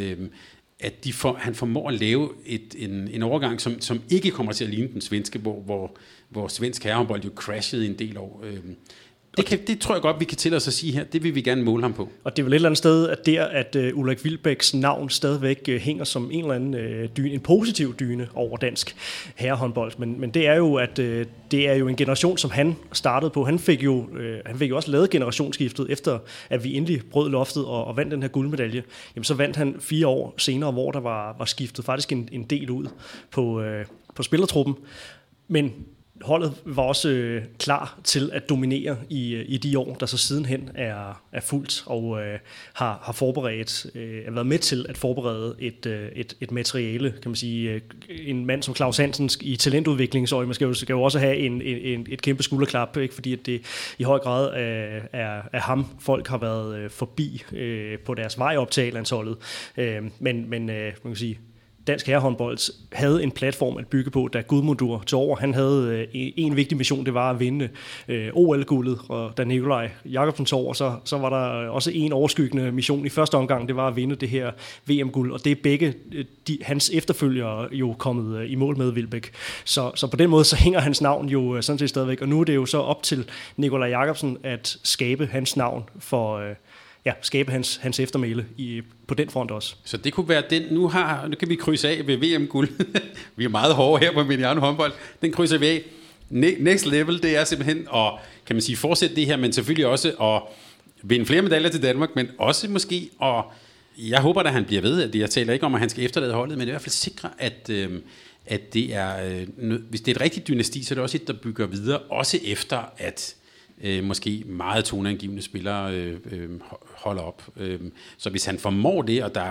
at de for, han formår at lave et, en, en overgang, som, som ikke kommer til at ligne den svenske, hvor, hvor, hvor svensk herrehåndbold jo crashede en del år. Det, kan, det tror jeg godt, vi kan til os at sige her. Det vil vi gerne måle ham på. Og det er vel et eller andet sted, at der, at uh, Ulrik Wilbeks navn stadigvæk uh, hænger som en eller anden uh, dyne, en positiv dyne over dansk herrehåndbold. Men, men det er jo, at uh, det er jo en generation, som han startede på. Han fik jo, uh, han fik jo også lavet generationsskiftet, efter at vi endelig brød loftet og, og vandt den her guldmedalje. Jamen, så vandt han fire år senere, hvor der var, var skiftet faktisk en, en del ud på, uh, på spillertruppen. Men holdet var også øh, klar til at dominere i, i de år, der så sidenhen er, er fuldt og øh, har, har forberedt, øh, er været med til at forberede et, øh, et, et materiale, kan man sige. Øh, en mand som Claus Hansen i talentudviklingsøje, man skal jo, skal jo også have en, en, et kæmpe skulderklap, ikke? Fordi at det i høj grad øh, er, er ham, folk har været øh, forbi øh, på deres vej op til A-landsholdet. Øh, men men øh, man kan sige, dansk herrehåndbold havde en platform at bygge på, da Gudmundur tog over. Han havde øh, en vigtig mission, det var at vinde øh, O L-guldet, og da Nikolaj Jacobsen tog over, så, så var der også en overskyggende mission i første omgang, det var at vinde det her V M-guld, og det er begge de, hans efterfølgere jo kommet øh, i mål med Wilbek. Så, så på den måde, så hænger hans navn jo øh, sådan set stadigvæk, og nu er det jo så op til Nikolaj Jacobsen at skabe hans navn for øh, ja, skabe hans, hans eftermæle i, på den front også. Så det kunne være den, nu, har, nu kan vi krydse af ved V M-guld. Vi er meget hårde her på Mediano håndbold. Den krydser vi af. Next level, det er simpelthen at, kan man sige, fortsætte det her, men selvfølgelig også at vinde flere medaljer til Danmark, men også måske at, jeg håber, at han bliver ved, at jeg taler ikke om, at han skal efterlade holdet, men i hvert fald sikre, at, øh, at det er, øh, hvis det er et rigtigt dynasti, så er det også et, der bygger videre, også efter at Øh, måske meget toneangivende spillere øh, øh, holder op. Øh, så hvis han formår det, og der er jo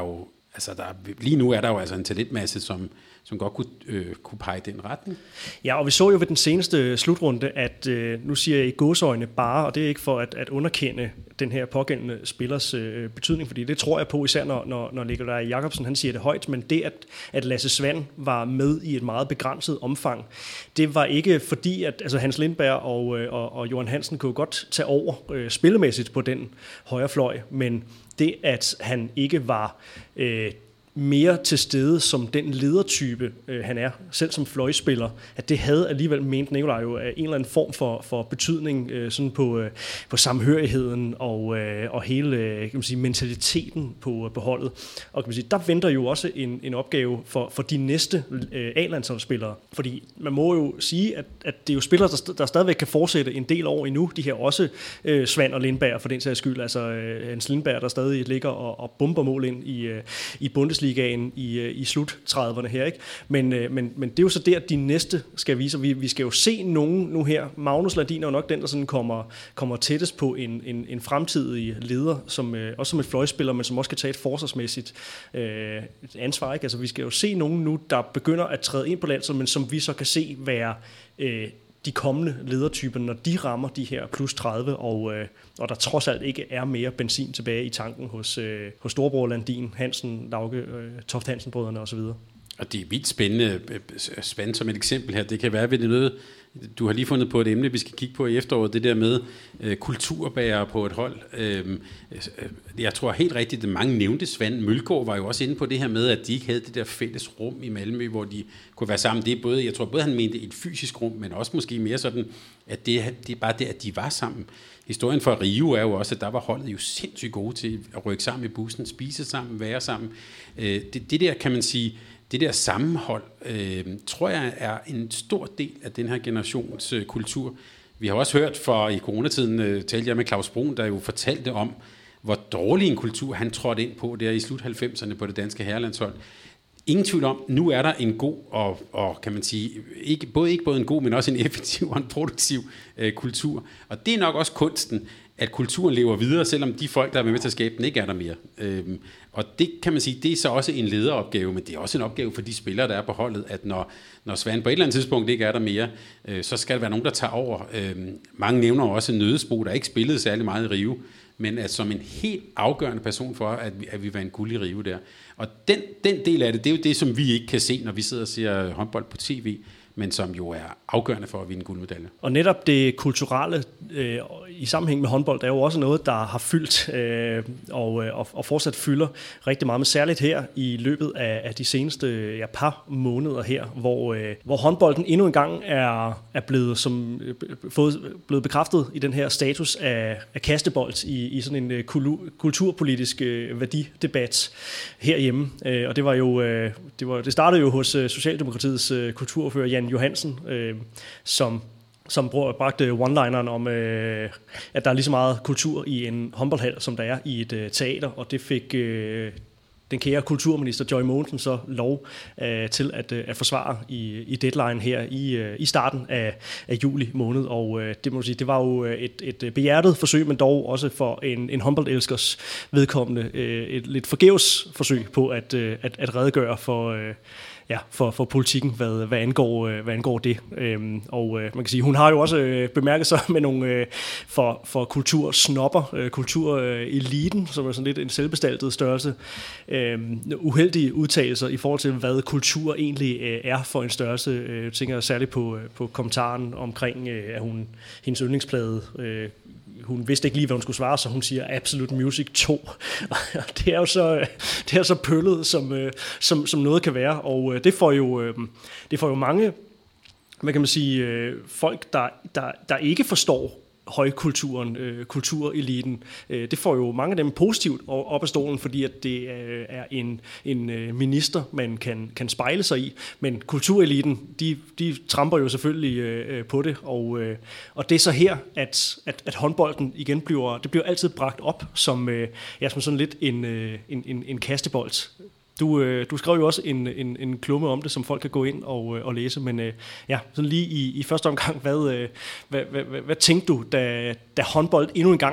altså der, lige nu er der jo altså en talentmasse, som, som godt kunne, øh, kunne pege i den retning. Ja, og vi så jo ved den seneste slutrunde, at øh, nu siger jeg i gåseøjne bare, og det er ikke for at, at underkende den her pågældende spillers øh, betydning, fordi det tror jeg på, især når, når, når Nikolaj Jakobsen han siger det højt, men det, at, at Lasse Svand var med i et meget begrænset omfang, det var ikke fordi, at altså Hans Lindberg og, og, og Johan Hansen kunne godt tage over øh, spillemæssigt på den højre fløj, men det, at han ikke var øh, mere til stede som den ledertype, øh, han er, selv som fløjspiller, at det havde alligevel ment Nikolaj jo af en eller anden form for, for betydning øh, sådan på, øh, på samhørigheden og, øh, og hele øh, kan man sige, mentaliteten på, på holdet. Og kan man sige, der venter jo også en, en opgave for, for de næste øh, A-landsholdsspillere, fordi man må jo sige, at, at det er jo spillere, der, der stadigvæk kan fortsætte en del år endnu, de her også øh, Svand og Lindberg for den sags skyld, altså øh, Hans Lindberg, der stadig ligger og, og bomber mål ind i, øh, i Bundesliga i, i slut trediverne her, ikke? Men, men, men det er jo så der, at de næste skal vise, vi, vi skal jo se nogen nu her. Magnus Ladin er jo nok den, der sådan kommer, kommer tættest på en, en, en fremtidig leder, som, også som et fløjspiller, men som også kan tage et forsvarsmæssigt øh, ansvar, ikke? Altså vi skal jo se nogen nu, der begynder at træde ind på landsholdet, men som vi så kan se være øh, de kommende ledertyper, når de rammer de her plus tredive, og, øh, og der trods alt ikke er mere benzin tilbage i tanken hos, øh, hos storebror Landin, Hansen, Lauke, øh, Toft Hansen-brødrene osv. Og det er vildt spændende, spændende som et eksempel her. Det kan være ved det noget, du har lige fundet på et emne, vi skal kigge på i efteråret, det der med øh, kulturbærere på et hold. Øh, jeg tror helt rigtigt, at mange nævnte Svend. Mølgaard var jo også inde på det her med, at de ikke havde det der fælles rum i Malmø, hvor de kunne være sammen. Det er både, jeg tror både han mente et fysisk rum, men også måske mere sådan, at det, det er bare det, at de var sammen. Historien for Rio er jo også, at der var holdet jo sindssygt gode til at rykke sammen i bussen, spise sammen, være sammen. Øh, det, det der, kan man sige, det der sammenhold, øh, tror jeg er en stor del af den her generations øh, kultur. Vi har også hørt for i coronatiden, øh, talte jeg med Claus Brun, der jo fortalte om, hvor dårlig en kultur han trådte ind på der i slut halvfemserne på det danske herrelandshold. Ingen tvivl om, nu er der en god og, og kan man sige, ikke, både, ikke både en god, men også en effektiv og en produktiv øh, kultur. Og det er nok også kunsten, at kulturen lever videre, selvom de folk, der er med til at skabe den, ikke er der mere. Øhm, og det kan man sige, det er så også en lederopgave, men det er også en opgave for de spillere, der er på holdet, at når, når Svend på et eller andet tidspunkt ikke er der mere, øh, så skal der være nogen, der tager over. Øhm, mange nævner også Nødesbo, der ikke spillede særlig meget i Rio, men at som en helt afgørende person for, at vi, at vi var en guld i Rio der. Og den, den del af det, det er jo det, som vi ikke kan se, når vi sidder og ser håndbold på tv, men som jo er afgørende for at vinde guldmedalje. Og netop det kulturelle øh, i sammenhæng med håndbold er jo også noget, der har fyldt øh, og, og, og fortsat fylder rigtig meget, men særligt her i løbet af, af de seneste ja, par måneder her, hvor, øh, hvor håndbolden endnu en gang er, er blevet, som, øh, fået, blevet bekræftet i den her status af, af kastebold i, i sådan en øh, kulturpolitisk øh, værdidebat herhjemme. Øh, og det var jo øh, det, var, det startede jo hos øh, Socialdemokratiets øh, kulturordfører Jan Johansen, øh, som, som bragte one-lineren om, øh, at der er lige så meget kultur i en håndboldhal, som der er i et øh, teater, og det fik øh, den kære kulturminister Joy Mogensen så lov øh, til at, øh, at forsvare i, i deadline her i, øh, i starten af, af juli måned, og øh, det må sige, det var jo et, et behjertet forsøg, men dog også for en, en håndboldelskers vedkommende øh, et lidt forgæves forsøg på at, øh, at, at redegøre for øh, Ja, for, for politikken, hvad, hvad, angår, hvad angår det. Øhm, og øh, man kan sige, hun har jo også øh, bemærket sig med nogle øh, for, for kultursnopper, øh, kultureliten, som er sådan lidt en selvbestaltet størrelse, øh, uheldige udtalelser i forhold til, hvad kultur egentlig øh, er for en størrelse. Øh, jeg tænker særligt på, på kommentaren omkring, øh, at hun, hendes yndlingsplade, øh, hun vidste ikke lige, hvad hun skulle svare, så hun siger Absolute Music to. det er jo så, det er så pøllet, som, som, som noget kan være, og det får jo, det får jo mange, hvad kan man sige, folk, der, der, der ikke forstår højkulturen, øh, kultureliten. Øh, det får jo mange af dem positivt op af stolen, fordi at det øh, er en, en øh, minister, man kan, kan spejle sig i. Men kultureliten, de, de tramper jo selvfølgelig øh, på det, og, øh, og det er så her, at, at, at håndbolden igen bliver, det bliver altid bragt op som, øh, ja, som sådan lidt en, øh, en, en, en kastebold. Du, øh, du skrev jo også en, en, en klumme om det, som folk kan gå ind og, øh, og læse, men øh, ja, sådan lige i, i første omgang, hvad, øh, hvad, hvad, hvad, hvad tænkte du, da, da håndbold endnu en gang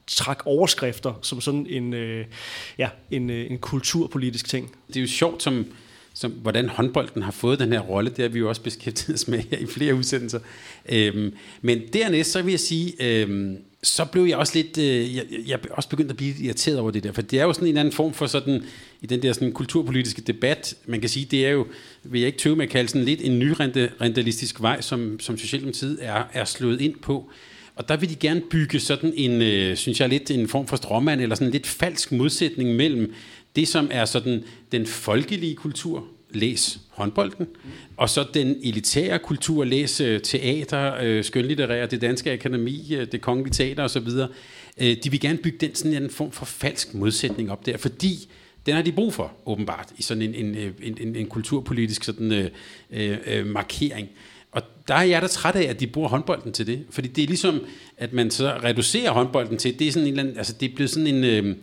trak overskrifter som sådan en, øh, ja, en, øh, en kulturpolitisk ting. Det er jo sjovt, som, som, hvordan håndbolden har fået den her rolle. Det har vi jo også beskæftiget os med her i flere udsendelser. Øhm, men dernæst, så vil jeg sige, øhm, så blev jeg også lidt, øh, jeg, jeg er også begyndt at blive irriteret over det der, for det er jo sådan en anden form for sådan, i den der sådan kulturpolitiske debat, man kan sige, det er jo, vil jeg ikke tøve med at kalde sådan lidt en nyrealistisk vej, som, som Socialdemokratiet er, er slået ind på. Og der vil de gerne bygge sådan en, øh, synes jeg, lidt en form for stråmand, eller sådan en lidt falsk modsætning mellem det, som er sådan den folkelige kultur, læs håndbolden, og så den elitære kultur, læs teater, øh, skønlitterære, det danske akademi, det kongelige teater osv. Øh, de vil gerne bygge den sådan en form for falsk modsætning op der, fordi den har de brug for, åbenbart, i sådan en, en, en, en, en kulturpolitisk sådan, øh, øh, markering. Og der er jeg da træt af, at de bruger håndbolden til det, fordi det er ligesom, at man så reducerer håndbolden til, det er sådan en eller anden, altså det er blevet sådan en, øh,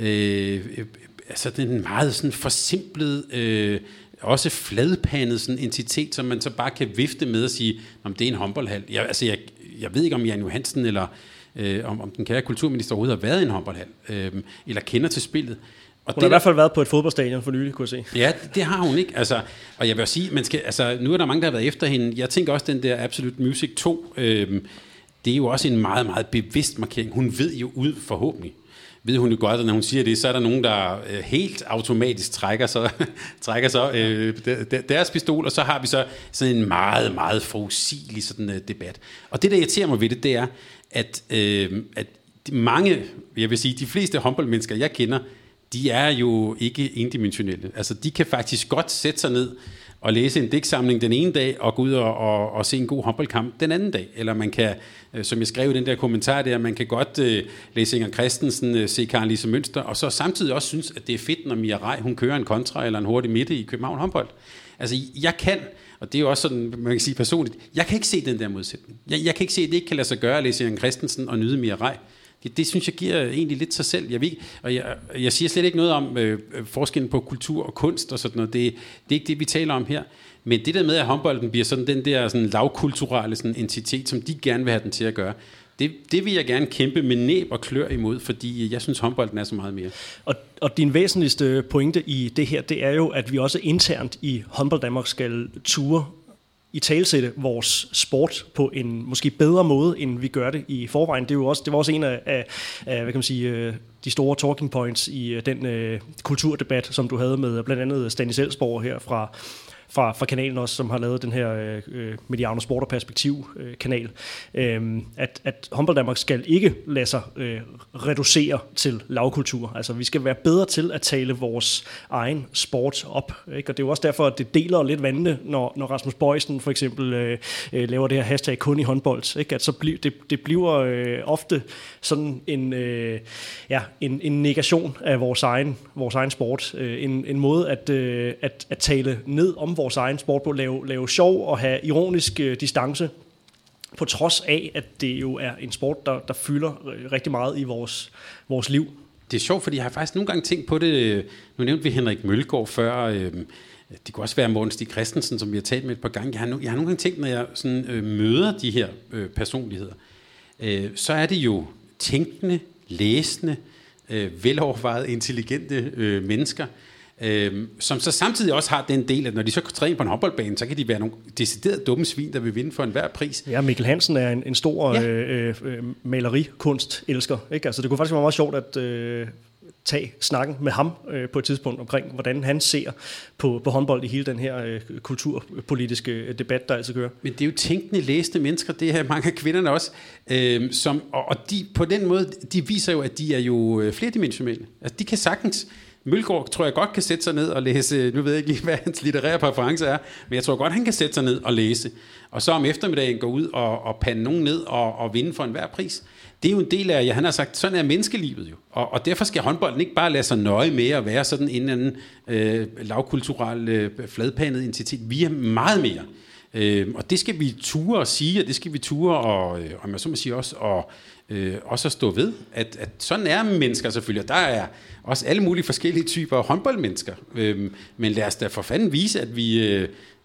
øh, altså den meget sådan forsimplet, øh, også fladpandet sådan entitet, som man så bare kan vifte med og sige, om det er en håndboldhal. Jeg, altså jeg, jeg ved ikke, om Jan Johansen eller øh, om, om den kære kulturminister overhovedet har været i en håndboldhal, øh, eller kender til spillet. Og hun har i hvert fald været på et fodboldstadion for nylig, kunne jeg se. Ja, det, det har hun ikke. Altså, og jeg vil sige, man skal, altså, nu er der mange, der har været efter hende. Jeg tænker også, den der Absolute Music to, øh, det er jo også en meget, meget bevidst markering. Hun ved jo ud, forhåbentlig, ved hun jo godt, at når hun siger det, så er der nogen, der øh, helt automatisk trækker så, trækker så øh, deres pistol, og så har vi så sådan en meget, meget forudsigelig sådan, uh, debat. Og det, der irriterer mig ved det, det er, at, øh, at de mange, jeg vil sige, de fleste håndboldmennesker, jeg kender, de er jo ikke endimensionelle. Altså, de kan faktisk godt sætte sig ned og læse en digtsamling den ene dag, og gå ud og, og, og se en god håndboldkamp den anden dag. Eller man kan, som jeg skrev i den der kommentar der, man kan godt uh, læse Inger Christensen, uh, se Karen Lise Mønster, og så samtidig også synes, at det er fedt, når Mia Rej, hun kører en kontra eller en hurtig midte i København håndbold. Altså, jeg kan, og det er jo også sådan, man kan sige personligt, jeg kan ikke se den der modsætning. Jeg, jeg kan ikke se, at det ikke kan lade sig gøre at læse Inger Christensen og nyde Mia Rej. Det, det synes jeg giver egentlig lidt sig selv. Jeg ved, og jeg, jeg siger slet ikke noget om øh, forskellen på kultur og kunst og sådan noget. Det, det er ikke det, vi taler om her. Men det der med, at håndbolden bliver sådan den der sådan lavkulturelle sådan entitet, som de gerne vil have den til at gøre, det, det vil jeg gerne kæmpe med næb og klør imod, fordi jeg synes, håndbolden er så meget mere. Og, og din væsentligste pointe i det her, det er jo, at vi også internt i håndbold Danmark skal ture i talsætte vores sport på en måske bedre måde, end vi gør det i forvejen. Det er jo også, det var også en af, af, af hvad kan man sige, de store talking points i den uh, kulturdebat, som du havde med blandt andet Stanis Elsborg her fra Fra, fra kanalen også, som har lavet den her øh, Mediano Sport og Perspektiv-kanal, øh, at, at håndbold Danmark skal ikke lade sig øh, reducere til lavkultur. Altså, vi skal være bedre til at tale vores egen sport op. Ikke? Og det er jo også derfor, at det deler lidt vandene, når, når Rasmus Bøjsen for eksempel øh, øh, laver det her hashtag kun i håndbold. Ikke? At så bli, det, det bliver øh, ofte sådan en, øh, ja, en, en negation af vores egen, vores egen sport. Øh, en, en måde at, øh, at, at tale ned om vores egen sport på, lave, lave sjov og have ironisk øh, distance, på trods af, at det jo er en sport, der, der fylder rigtig meget i vores, vores liv. Det er sjovt, fordi jeg har faktisk nogle gange tænkt på det. Nu nævnte vi Henrik Mølgaard før. Øh, det kunne også være Morten Stig Christensen, som vi har talt med et par gange. Jeg har, no, jeg har nogle gange tænkt, når jeg sådan, øh, møder de her øh, personligheder, øh, så er det jo tænkende, læsende, øh, velovervejede, intelligente øh, mennesker, Øhm, som så samtidig også har den del, at når de så træner på en håndboldbane, så kan de være nogle decideret dumme svin, der vil vinde for enhver pris. Ja, Mikkel Hansen er en, en stor ja. øh, øh, malerikunst-elsker. Ikke? Altså, det kunne faktisk være meget sjovt at øh, tage snakken med ham øh, på et tidspunkt omkring, hvordan han ser på, på håndbold i hele den her øh, kulturpolitiske debat, der altid kører. Men det er jo tænkende, læste mennesker, det er mange af kvinderne også, øh, som, og, og de, på den måde, de viser jo, at de er jo øh, flerdimensionelle. Altså, de kan sagtens. Mølgaard tror jeg godt kan sætte sig ned og læse, nu ved jeg ikke lige, hvad hans litterære præference er, men jeg tror godt, han kan sætte sig ned og læse. Og så om eftermiddagen gå ud og, og pande nogen ned og, og vinde for enhver pris. Det er jo en del af, ja, han har sagt, sådan er menneskelivet jo. Og, og derfor skal håndbolden ikke bare lade sig nøje med at være sådan en eller anden øh, lavkulturel, øh, fladpandet entitet. Vi er meget mere. Øh, og det skal vi ture og sige, og det skal vi ture og, øh, om jeg så må sige også, og øh, også at stå ved, at, at sådan er mennesker selvfølgelig. Der er også alle mulige forskellige typer håndboldmennesker. Øh, men lad os da for fanden vise, at vi, øh,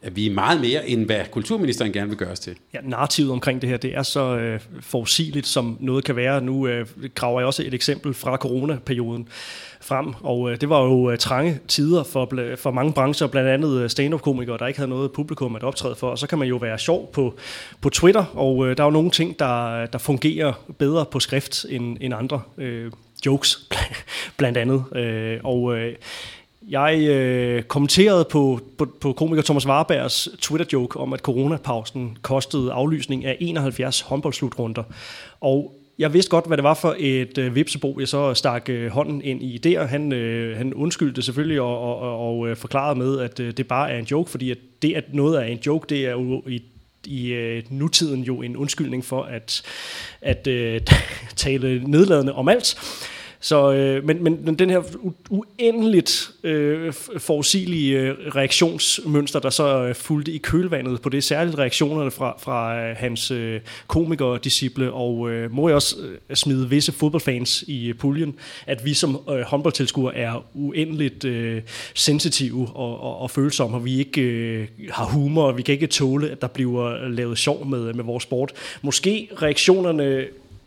at vi er meget mere, end hvad kulturministeren gerne vil gøre os til. Ja, narrativet omkring det her, det er så øh, forudsigeligt, som noget kan være. Nu øh, graver jeg også et eksempel fra coronaperioden frem, og øh, det var jo øh, trange tider for, for mange brancher, blandt andet stand-up-komikere, der ikke havde noget publikum at optræde for, og så kan man jo være sjov på, på Twitter, og øh, der er jo nogle ting, der, der fungerer bedre på skrift end, end andre øh, jokes, blandt andet, øh, og øh, Jeg øh, kommenterede på, på, på komiker Thomas Warbergs Twitter-joke om, at coronapausen kostede aflysning af enoghalvfjerds håndboldsslutrunder. Og jeg vidste godt, hvad det var for et øh, vipsebo, jeg så stak øh, hånden ind i der. Han, øh, han undskyldte selvfølgelig og, og, og, og øh, forklarede med, at øh, det bare er en joke, fordi at det, at noget er en joke, det er jo i i øh, nutiden jo en undskyldning for at, at øh, tale nedladende om alt. Så, øh, men, men den her u- uendeligt øh, forudsigelige øh, reaktionsmønster, der så øh, fulgte i kølvandet på det, særligt reaktionerne fra, fra øh, hans øh, komikerdisciple, og øh, må jeg også øh, smide visse fodboldfans i øh, puljen, at vi som øh, håndboldtilskuere er uendeligt øh, sensitive og, og, og følsomme, og vi ikke øh, har humor, og vi kan ikke tåle, at der bliver lavet sjov med, med vores sport. Måske reaktionerne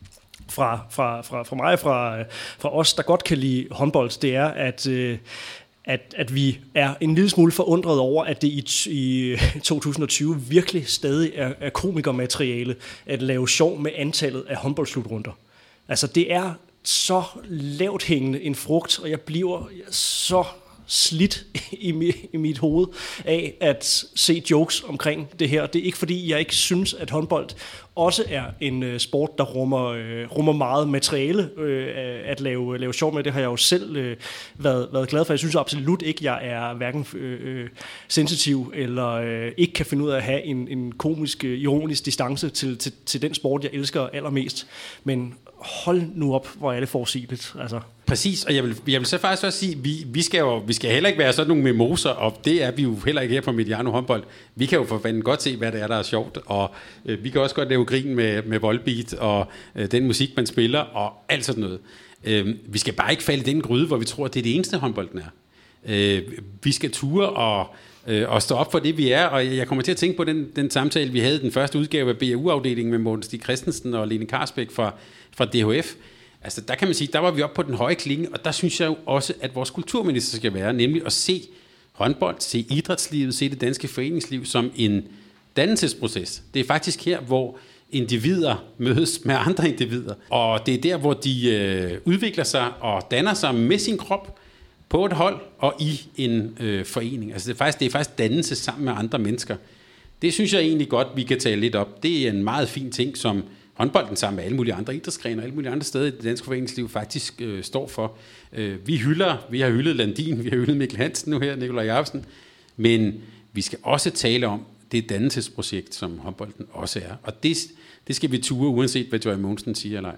Fra, fra, fra, fra mig og fra, fra os, der godt kan lide håndbold, det er, at, øh, at, at vi er en lille smule forundret over, at det i, i to tusind og tyve virkelig stadig er, er komikermateriale at lave sjov med antallet af håndboldsslutrunder. Altså, det er så lavt hængende en frugt, og jeg bliver så slidt i, mi, i mit hoved af at se jokes omkring det her. Det er ikke fordi, jeg ikke synes, at håndbold også er en øh, sport, der rummer, øh, rummer meget materiale øh, at lave, lave sjov med. Det har jeg jo selv øh, været, været glad for. Jeg synes absolut ikke, jeg er hverken øh, sensitiv eller øh, ikke kan finde ud af at have en, en komisk, ironisk distance til, til, til den sport, jeg elsker allermest. Men hold nu op, hvor er det forudsigeligt. Altså. Præcis, og jeg vil, jeg vil så faktisk også sige, vi, vi, skal jo, vi skal heller ikke være sådan nogle mimoser, og det er vi jo heller ikke her på Mediano Håndbold. Vi kan jo for fanden godt se, hvad det er, der er sjovt, og øh, vi kan også godt lave grin med, med Volbeat og øh, den musik, man spiller, og alt sådan noget. Øh, vi skal bare ikke falde i den gryde, hvor vi tror, at det er det eneste håndbolden er. Øh, vi skal ture og, øh, og stå op for det, vi er, og jeg kommer til at tænke på den, den samtale, vi havde i den første udgave af B A U-afdelingen med Morten Stig Christensen og Lene Karsbæk fra, fra D H F. Altså, der kan man sige, der var vi oppe på den høje klinge, og der synes jeg jo også, at vores kulturminister skal være, nemlig at se håndbold, se idrætslivet, se det danske foreningsliv som en dannelsesproces. Det er faktisk her, hvor individer mødes med andre individer, og det er der, hvor de øh, udvikler sig og danner sig med sin krop på et hold og i en øh, forening. Altså, det er, faktisk, det er faktisk dannelse sammen med andre mennesker. Det synes jeg egentlig godt, vi kan tale lidt op. Det er en meget fin ting, som håndbolden sammen med alle mulige andre idrætsgrene og alle mulige andre steder i det danske foreningsliv faktisk øh, står for. Øh, vi hylder, vi har hyldet Landin, vi har hyldet Mikkel Hansen nu her, Nikolaj Jacobsen, men vi skal også tale om det dannelsesprojekt, som håndbolden også er. Og det, det skal vi ture, uanset hvad Joy Mogensen siger eller ej.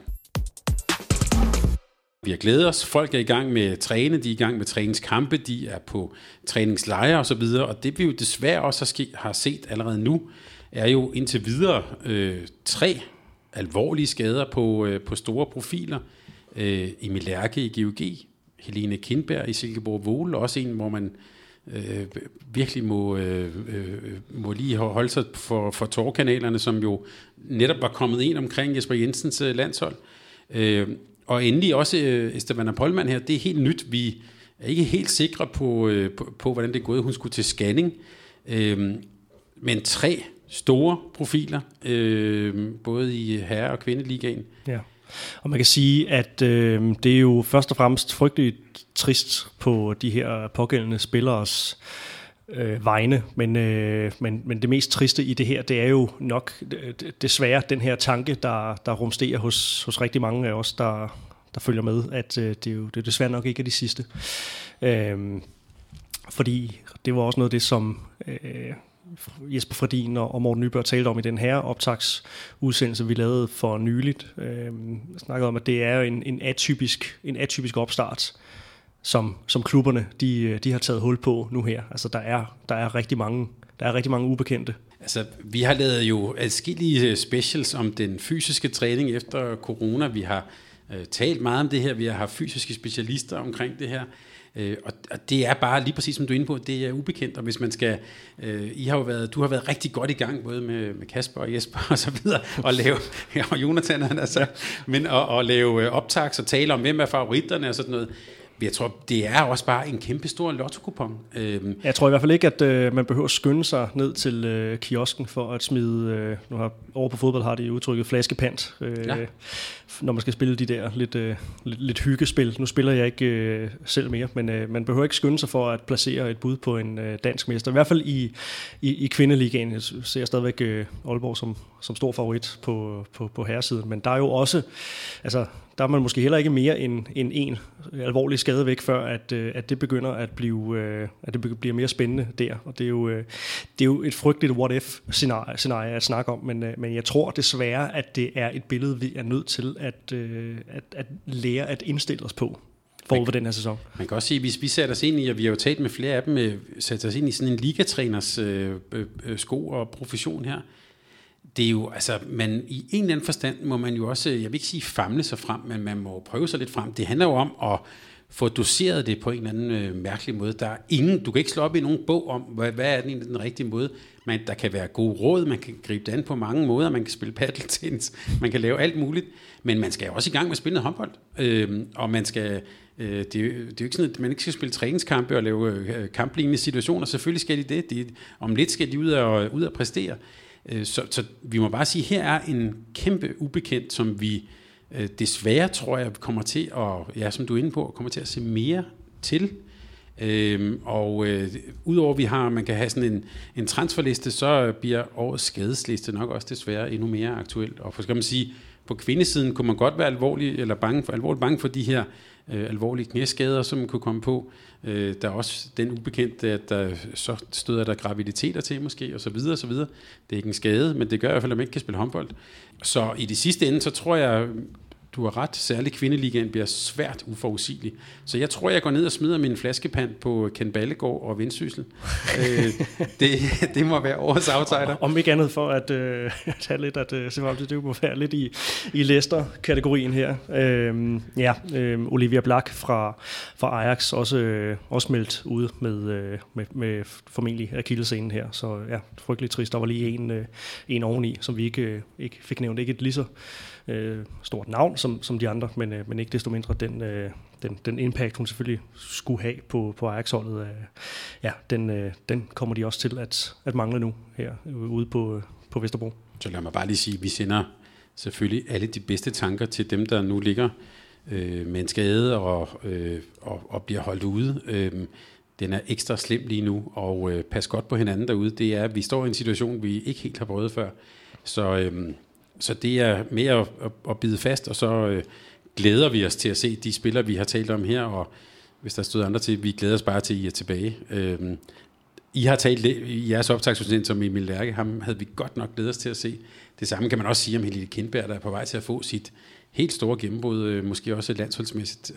Vi har glædet os. Folk er i gang med at træne, de er i gang med træningskampe, de er på træningslejre osv., og det vi jo desværre også har set allerede nu, er jo indtil videre øh, tre alvorlige skader på, øh, på store profiler. Øh, Emil Lærke i G O G, Helene Kindberg i Silkeborg Vole, også en, hvor man øh, virkelig må, øh, øh, må lige holde sig for, for tårkanalerne, som jo netop var kommet ind omkring Jesper Jensens øh, landshold. Øh, og endelig også øh, Estefana Pollmann her, det er helt nyt. Vi er ikke helt sikre på, øh, på, på hvordan det er gået. Hun skulle til scanning. Øh, men tre store profiler, øh, både i herre- og kvindeligaen. Ja. Og man kan sige, at øh, det er jo først og fremmest frygteligt trist på de her pågældende spilleres øh, vegne, men, øh, men, men det mest triste i det her, det er jo nok desværre den her tanke, der, der rumsterer hos, hos rigtig mange af os, der, der følger med, at øh, det, jo, det desværre nok ikke er de sidste. Øh, fordi det var også noget af det, som øh, Jesper Fredin og Morten Nyberg talte om i den her optagsudsendelse, vi lavede for nyligt. Øh, snakkede om, at det er en, en, atypisk, en atypisk opstart, som, som klubberne de, de har taget hul på nu her. Altså der er, der er rigtig mange, der er rigtig mange ubekendte. Altså, vi har lavet jo adskillige specials om den fysiske træning efter corona. Vi har øh, talt meget om det her, vi har haft fysiske specialister omkring det her, øh, og, og det er bare lige præcis som du er inde på, det er ubekendt, og hvis man skal, øh, I har jo været, du har været rigtig godt i gang, både med, med Kasper og Jesper og så videre, og lave, ja, og Jonathan, altså, men at, at lave optags og tale om, hvem er favoritterne og sådan noget. Jeg tror, det er også bare en kæmpe stor lotto-kupon. Øhm. Jeg tror i hvert fald ikke, at øh, man behøver at skynde sig ned til øh, kiosken for at smide, øh, nu har, over på fodbold har de udtrykket flaskepant, øh, ja. når man skal spille de der lidt, øh, lidt, lidt hyggespil. Nu spiller jeg ikke øh, selv mere, men øh, man behøver ikke skynde sig for at placere et bud på en øh, dansk mester. I hvert fald i, i, i kvindeligaen. Jeg ser stadigvæk øh, Aalborg som, som stor favorit på, på, på herresiden, men der er jo også, altså der er man måske heller ikke mere end, end en alvorlig skade væk, før at, at det begynder at blive, at det bliver mere spændende der. Og det er jo, det er jo et frygteligt what-if-scenarie at snakke om, men, men jeg tror desværre, at det er et billede, vi er nødt til at, at, at lære at indstille os på forud for den her sæson. Man kan også sige, hvis vi sætter os ind i, og vi har jo talt med flere af dem, sætter os ind i sådan en ligatræners øh, øh, sko og profession her, det er jo, altså, man, i en eller anden forstand må man jo også, jeg vil ikke sige famle sig frem, men man må prøve sig lidt frem. Det handler jo om at få doseret det på en eller anden øh, mærkelig måde. Der er ingen, du kan ikke slå op i nogen bog om, hvad, hvad er den, den rigtige måde. Man, der kan være gode råd, man kan gribe det an på mange måder, man kan spille paddeltennis, man kan lave alt muligt, men man skal jo også i gang med at spille noget håndbold, øh, og man skal, øh, det, er jo, det er jo ikke sådan, at man ikke skal spille træningskampe og lave øh, kamplignende situationer. Selvfølgelig skal de det, de, om lidt skal de ud og, ud og præstere. Så, så vi må bare sige, at her er en kæmpe ubekendt, som vi øh, desværre, tror jeg, kommer til at, ja, som du er inde på, kommer til at se mere til. Øhm, og øh, udover at vi har, man kan have sådan en, en transferliste, så bliver årets skadesliste nok også desværre endnu mere aktuelt. Og for skal man sige, på kvindesiden kunne man godt være alvorlig, eller bange for, alvorligt bange for de her øh, alvorlige knæskader, som man kunne komme på. Øh, der er også den ubekendte, at der så støder der graviditeter til måske, og så videre, og så videre. Det er ikke en skade, men det gør i hvert fald, at man ikke kan spille håndbold. Så i det sidste ende, så tror jeg, du har ret, særligt kvindeligaen bliver svært uforudsigelig. Så jeg tror, jeg går ned og smider min flaskepant på Ken Ballegaard og Vendsyssel. øh, det, det må være årets outsider. Om ikke andet for at øh, tage lidt, at øh, se frem til, det må være lidt i, i Leicester-kategorien her. Øh, ja, øh, Olivia Black fra, fra Ajax også, øh, også meldt ude med, øh, med, med formentlig akillessenen her. Så ja, frygteligt trist. Der var lige en, øh, en oveni, som vi ikke, øh, ikke fik nævnt. Ikke et lige så øh, stort navn som, som de andre, men, øh, men ikke desto mindre den, øh, den, den impact, hun selvfølgelig skulle have på, på Ajax-holdet, øh, ja, den, øh, den kommer de også til at, at mangle nu her ude på, på Vesterbro. Så lad mig bare lige sige, at vi sender selvfølgelig alle de bedste tanker til dem, der nu ligger øh, med en skade og, øh, og, og bliver holdt ude. Øh, den er ekstra slem lige nu, og øh, pas godt på hinanden derude. Det er, at vi står i en situation, vi ikke helt har prøvet før. Så, øh, så det er mere at, at, at bide fast, og så øh, glæder vi os til at se de spillere, vi har talt om her, og hvis der stod andre til, vi glæder os bare til, at I er tilbage. Øh, I har talt i jeres optagelsesudsendt som Emil Lærke, ham havde vi godt nok glædet os til at se. Det samme kan man også sige om Helene Kindberg, der er på vej til at få sit helt store gennembrud, måske også landsholdsmæssigt,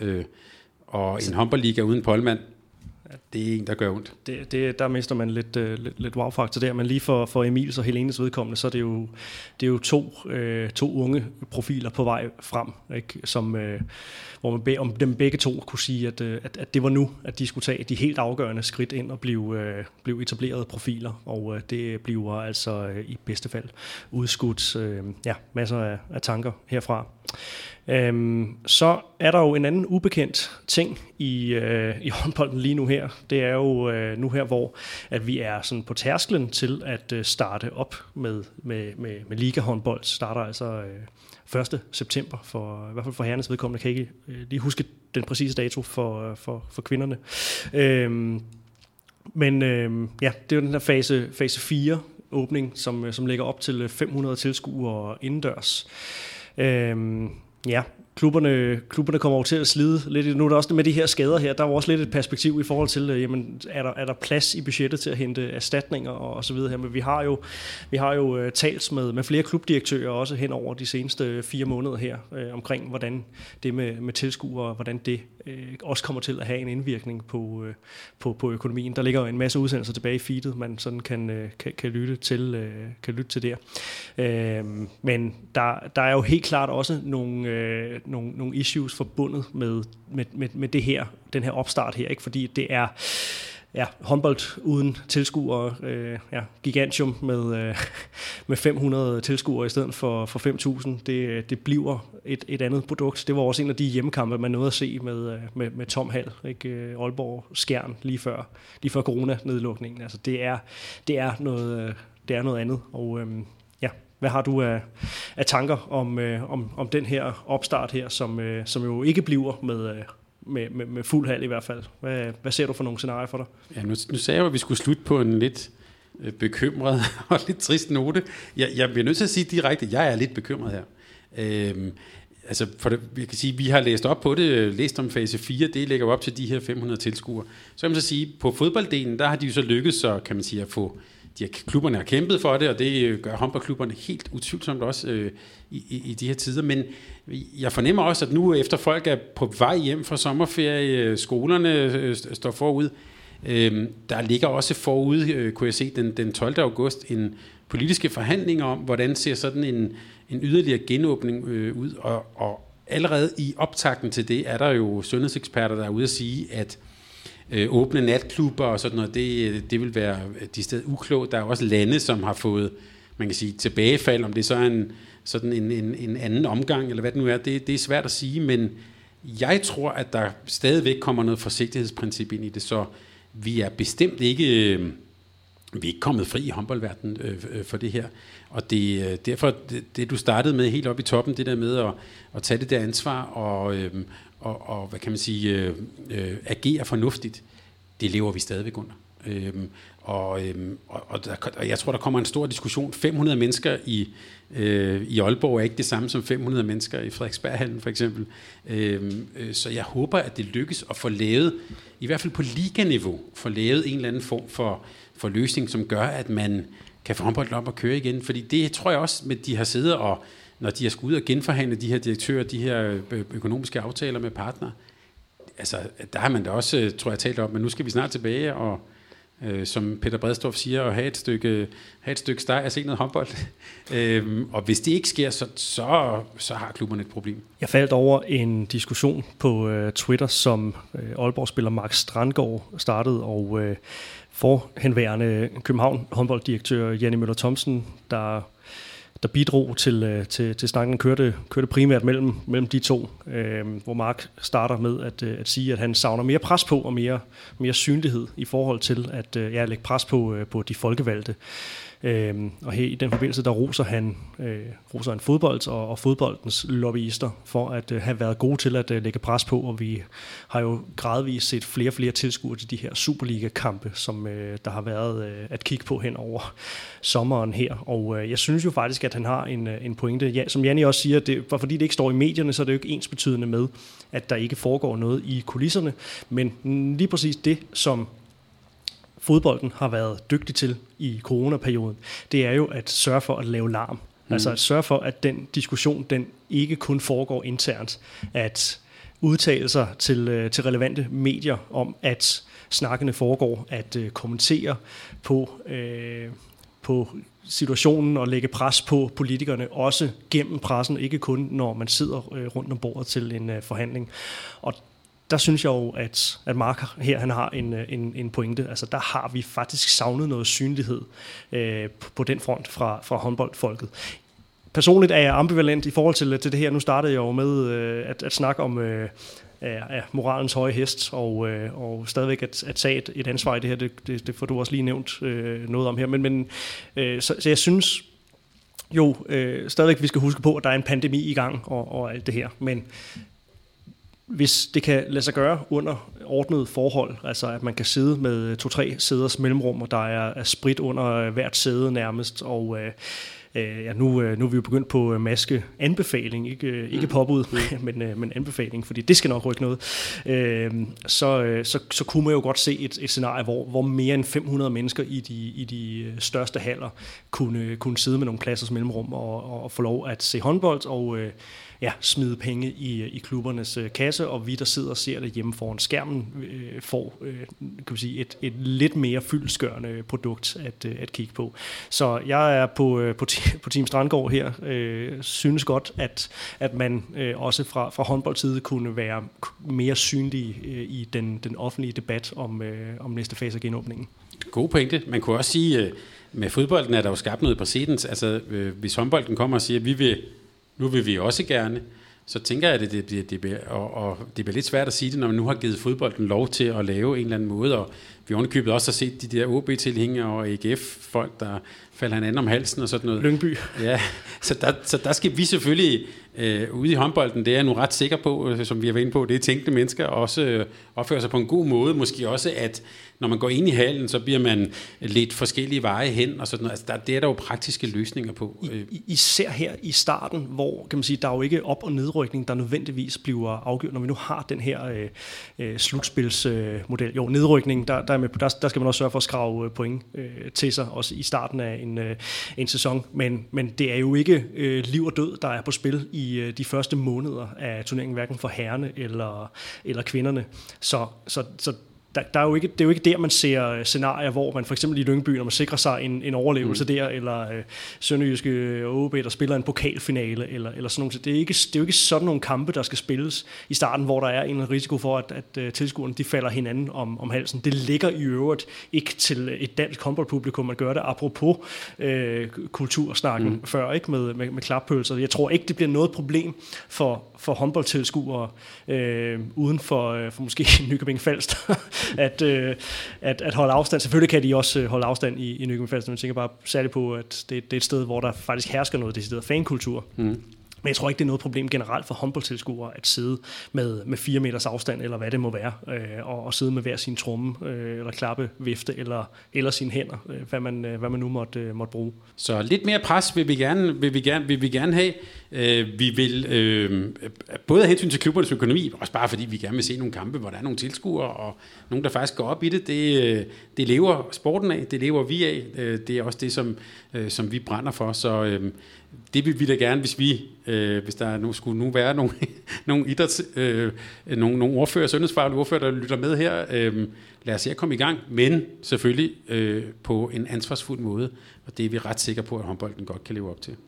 og en håndboldliga uden Poulmann. Det er en, der gør ondt. Det, det, der mister man lidt, uh, lidt, lidt wow-faktor der, men lige for, for Emils og Helenes vedkommende, så er det jo, det er jo to, uh, to unge profiler på vej frem, ikke? Som, uh, hvor man be, om dem begge to kunne sige, at, uh, at, at det var nu, at de skulle tage de helt afgørende skridt ind og blive, uh, blive etablerede profiler, og uh, det bliver altså uh, i bedste fald udskudt uh, ja, masser af, af tanker herfra. Øhm, så er der jo en anden ubekendt ting i, øh, i håndbolden lige nu her. Det er jo øh, nu her, hvor at vi er sådan på tærsklen til at øh, starte op med, med, med, med liga-håndbold. Starter altså øh, første september, for, i hvert fald for herrenes vedkommende. Jeg kan ikke øh, lige huske den præcise dato for, for, for kvinderne. Øhm, men øh, ja, det er jo den her fase, fase fire åbning, som, som lægger op til fem hundrede tilskuere indendørs. Øhm, ja, klubberne, klubberne kommer over til at slide lidt. Nu er der også med de her skader her, der er også lidt et perspektiv i forhold til, jamen, er der, er der plads i budgettet til at hente erstatninger og, og så videre her. Men vi har jo, vi har jo uh, talt med, med flere klubdirektører også hen over de seneste fire måneder her, uh, omkring hvordan det med, med tilskuere, hvordan det uh, også kommer til at have en indvirkning på, uh, på, på økonomien. Der ligger jo en masse udsendelser tilbage i feedet, man sådan kan, uh, kan, kan, lytte til, uh, kan lytte til der. Uh, men der, der er jo helt klart også nogle, uh, nogle, nogle issues forbundet med, med, med, med det her, den her opstart her, ikke? Fordi det er ja, håndbold uden tilskuere, øh, ja, gigantium med, øh, med fem hundrede tilskuere i stedet for, for fem tusind. Det, det bliver et, et andet produkt. Det var også en af de hjemmekampe, man nåede at se med, med, med tom hal, ikke? Aalborg Skjern lige før, lige før corona-nedlukningen. Altså, det er, det er noget, det er noget andet. Og øhm, ja, hvad har du af, af tanker om, øh, om, om den her opstart her, som, øh, som jo ikke bliver med øh, Med, med, med fuld hal i hvert fald. Hvad, hvad ser du for nogle scenarier for dig? Ja, nu, nu sagde jeg, at vi skulle slutte på en lidt øh, bekymret og lidt trist note. Jeg, jeg bliver nødt til at sige direkte, at jeg er lidt bekymret her. Øhm, altså, for det, jeg kan sige, vi har læst op på det, læst om fase fire, det lægger op til de her fem hundrede tilskuere. Så kan man så sige, på fodbolddelen, der har de jo så lykkedes, så kan man sige, at få de her, klubberne har kæmpet for det, og det gør håndboldklubberne helt utvivlsomt også øh, i, i, i de her tider. Men jeg fornemmer også, at nu efter folk er på vej hjem fra sommerferie, skolerne øh, står forud, øh, der ligger også forud, øh, kunne jeg se, den, den tolvte august, en politiske forhandlinger om, hvordan ser sådan en, en yderligere genåbning øh, ud. Og, og allerede i optakten til det, er der jo sundhedseksperter, der er ude at sige, at Øh, åbne natklubber og sådan noget, det, det vil være de steder uklogt. Der er også lande, som har fået, man kan sige, tilbagefald, om det så er en, sådan en, en, en anden omgang, eller hvad det nu er, det, det er svært at sige, men jeg tror, at der stadigvæk kommer noget forsigtighedsprincip ind i det, så vi er bestemt ikke, øh, vi er ikke kommet fri i håndboldverdenen øh, for det her, og det er derfor, det, det du startede med helt op i toppen, det der med at, at tage det der ansvar, og øh, Og, og hvad kan man sige, øh, øh, agere fornuftigt, det lever vi stadigvæk under. Øhm, og, øhm, og, og, der, og jeg tror, der kommer en stor diskussion. fem hundrede mennesker i, øh, i Aalborg er ikke det samme som fem hundrede mennesker i Frederiksberghallen for eksempel. Øhm, øh, så jeg håber, at det lykkes at få lavet, i hvert fald på liganiveau, få lavet en eller anden form for, for løsning, som gør, at man kan få håndbolden op og køre igen. Fordi det tror jeg også, at de har siddet og når de har skulle ud og genforhandle de her direktører, de her økonomiske aftaler med partnere, altså der har man da også, tror jeg, talt om, men nu skal vi snart tilbage, og øh, som Peter Bredstorff siger, at have et stykke, have et stykke steg og se noget håndbold. øhm, og hvis det ikke sker, så, så, så har klubberne et problem. Jeg faldt over en diskussion på øh, Twitter, som øh, Aalborg-spiller Mark Strandgaard startede, og øh, forhenværende København håndbolddirektør Janne Møller Thomsen, der der bidrog til, til, til snakken, kørte, kørte primært mellem, mellem de to, øh, hvor Mark starter med at, at sige, at han savner mere pres på og mere, mere synlighed i forhold til at ja, lægge pres på, på de folkevalgte. Øhm, og her i den forbindelse, der roser han, øh, roser han fodbold og, og fodboldens lobbyister for at øh, have været gode til at øh, lægge pres på, og vi har jo gradvist set flere og flere tilskuere til de her Superliga-kampe, som øh, der har været øh, at kigge på hen over sommeren her. Og øh, jeg synes jo faktisk, at han har en, en pointe. Ja, som Janni også siger, det, for fordi det ikke står i medierne, så er det jo ikke ensbetydende med, at der ikke foregår noget i kulisserne. Men lige præcis det, som fodbolden har været dygtig til i coronaperioden, det er jo at sørge for at lave larm. Mm. Altså at sørge for, at den diskussion, den ikke kun foregår internt. At udtale sig til, til relevante medier om, at snakkene foregår, at uh, kommentere på, øh, på situationen og lægge pres på politikerne, også gennem pressen, ikke kun når man sidder øh, rundt om bordet til en øh, forhandling. Og der synes jeg jo, at, at Mark her han har en, en, en pointe. Altså, der har vi faktisk savnet noget synlighed øh, på den front fra, fra håndboldfolket. Personligt er jeg ambivalent i forhold til, til det her. Nu startede jeg jo med øh, at, at snakke om øh, ja, moralens høje hest, og, øh, og stadigvæk at, at tage et, et ansvar i det her. Det, det, det får du også lige nævnt øh, noget om her. Men, men, øh, så, så jeg synes jo øh, stadigvæk, vi skal huske på, at der er en pandemi i gang og, og alt det her. Men hvis det kan lade sig gøre under ordnede forhold, altså at man kan sidde med to-tre sæders mellemrum, og der er, er sprit under hvert sæde nærmest, og øh, ja, nu, nu er vi jo begyndt på maskeanbefaling, ikke, ikke påbud, mm. men, men anbefaling, fordi det skal nok rykke noget, øh, så, så, så kunne man jo godt se et, et scenarie, hvor, hvor mere end fem hundrede mennesker i de, i de største haller kunne, kunne sidde med nogle pladsers mellemrum og, og få lov at se håndbold, og øh, ja, smide penge i, i klubbernes øh, kasse, og vi, der sidder og ser det hjemme foran skærmen, øh, får øh, kan vi sige, et, et lidt mere fyldestgørende produkt at, øh, at kigge på. Så jeg er på, øh, på på Team Strandgård her øh, synes godt, at, at man øh, også fra, fra håndboldside kunne være mere synlig øh, i den, den offentlige debat om, øh, om næste fase af genåbningen. God pointe. Man kunne også sige, øh, med fodbolden er der jo skabt noget præcedens. Altså, øh, hvis håndbolden kommer og siger, vi vil, nu vil vi også gerne, så tænker jeg, at det, det, det, bliver, og, og det bliver lidt svært at sige det, når man nu har givet fodbolden lov til at lave en eller anden måde, og vi har underkøbet også har set de der O B-tilhængere og A G F-folk, der falder hinanden om halsen og sådan noget. Lyngby. Ja, så der, så der skal vi selvfølgelig øh, ude i håndbolden, det er jeg nu ret sikker på, øh, som vi har været inde på, det er tænkte mennesker, også øh, opfører sig på en god måde, måske også, at når man går ind i hallen, så bliver man lidt forskellige veje hen, og sådan noget. Altså, der, det er der jo praktiske løsninger på. I, især her i starten, hvor kan man sige, der er jo ikke op- og nedrykning, der nødvendigvis bliver afgjort, når vi nu har den her øh, øh, slutspilsmodel. Øh, jo, nedrykning, der, der, er med, der, der skal man også sørge for at skrave point øh, til sig, også i starten af en, øh, en sæson. Men, men det er jo ikke øh, liv og død, der er på spil i øh, de første måneder af turneringen, hverken for herrerne eller, eller kvinderne. Så, så, så Der, der er jo ikke, det er jo ikke der, man ser scenarier, hvor man for eksempel i Lyngby, når man sikrer sig en, en overlevelse mm. der, eller øh, Sønderjyske O B, der spiller en pokalfinale, eller, eller sådan noget. Det er, ikke, det er jo ikke sådan nogle kampe, der skal spilles i starten, hvor der er en risiko for, at, at, at tilskuerne de falder hinanden om, om halsen. Det ligger i øvrigt ikke til et dansk håndboldpublikum, man gør det apropos øh, kultursnakken mm. før, ikke med, med, med klappølser. Jeg tror ikke, det bliver noget problem for, for håndboldtilskuere øh, uden for, øh, for måske Nykøbing Falster, At, øh, at, at holde afstand. Selvfølgelig kan de også holde afstand i, i Nykøbing Falster, men jeg tænker bare særligt på, at det, det er et sted, hvor der faktisk hersker noget decideret fankultur. Mm. Men jeg tror ikke, det er noget problem generelt for håndboldtilskuere at sidde med, med fire meters afstand, eller hvad det må være, øh, og, og sidde med hver sin tromme, øh, eller klappe, vifte, eller, eller sine hænder, øh, hvad, man, øh, hvad man nu måtte, øh, måtte bruge. Så lidt mere pres vil vi gerne, vil vi gerne, vil vi gerne have. Øh, vi vil øh, både af hensyn til klubbernes økonomi, også bare fordi vi gerne vil se nogle kampe, hvor der er nogle tilskuere, og nogen, der faktisk går op i det. Det, det lever sporten af, det lever vi af. Det er også det, som, som vi brænder for. Så øh, det vil vi da gerne, hvis vi, øh, hvis der nu skulle nu være nogle, nogle idræts, øh, nogle, nogle ordfører, sundhedsfaglige ordfører, der lytter med her. Øh, lad os se at komme i gang, men selvfølgelig øh, på en ansvarsfuld måde, og det er vi ret sikre på, at håndbolden godt kan leve op til.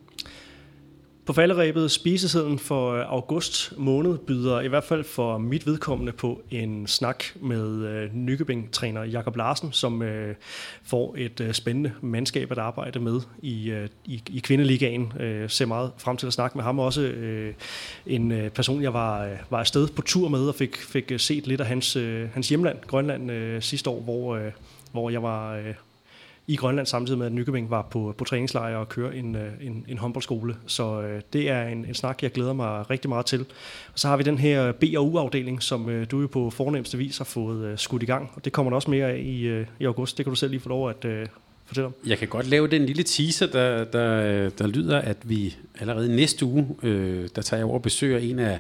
På falderæbet spisesedlen for august måned byder i hvert fald for mit vedkommende på en snak med øh, Nykøbing-træner Jakob Larsen, som øh, får et øh, spændende mandskab at arbejde med i, øh, i, i kvindeligaen. Øh, ser meget frem til at snakke med ham. Også øh, en øh, person, jeg var, øh, var afsted på tur med og fik, fik set lidt af hans, øh, hans hjemland, Grønland, øh, sidste år, hvor, øh, hvor jeg var... Øh, i Grønland, samtidig med, at Nykøbing var på, på træningslejr og kører en, en, en håndboldskole. Så øh, det er en, en snak, jeg glæder mig rigtig meget til. Og så har vi den her B og U-afdeling, som øh, du jo på fornemste vis har fået øh, skudt i gang. Og det kommer der også mere af i, øh, i august. Det kan du selv lige få lov at øh, fortælle om. Jeg kan godt lave den lille teaser, der, der, der lyder, at vi allerede næste uge, øh, der tager jeg over og besøger en af,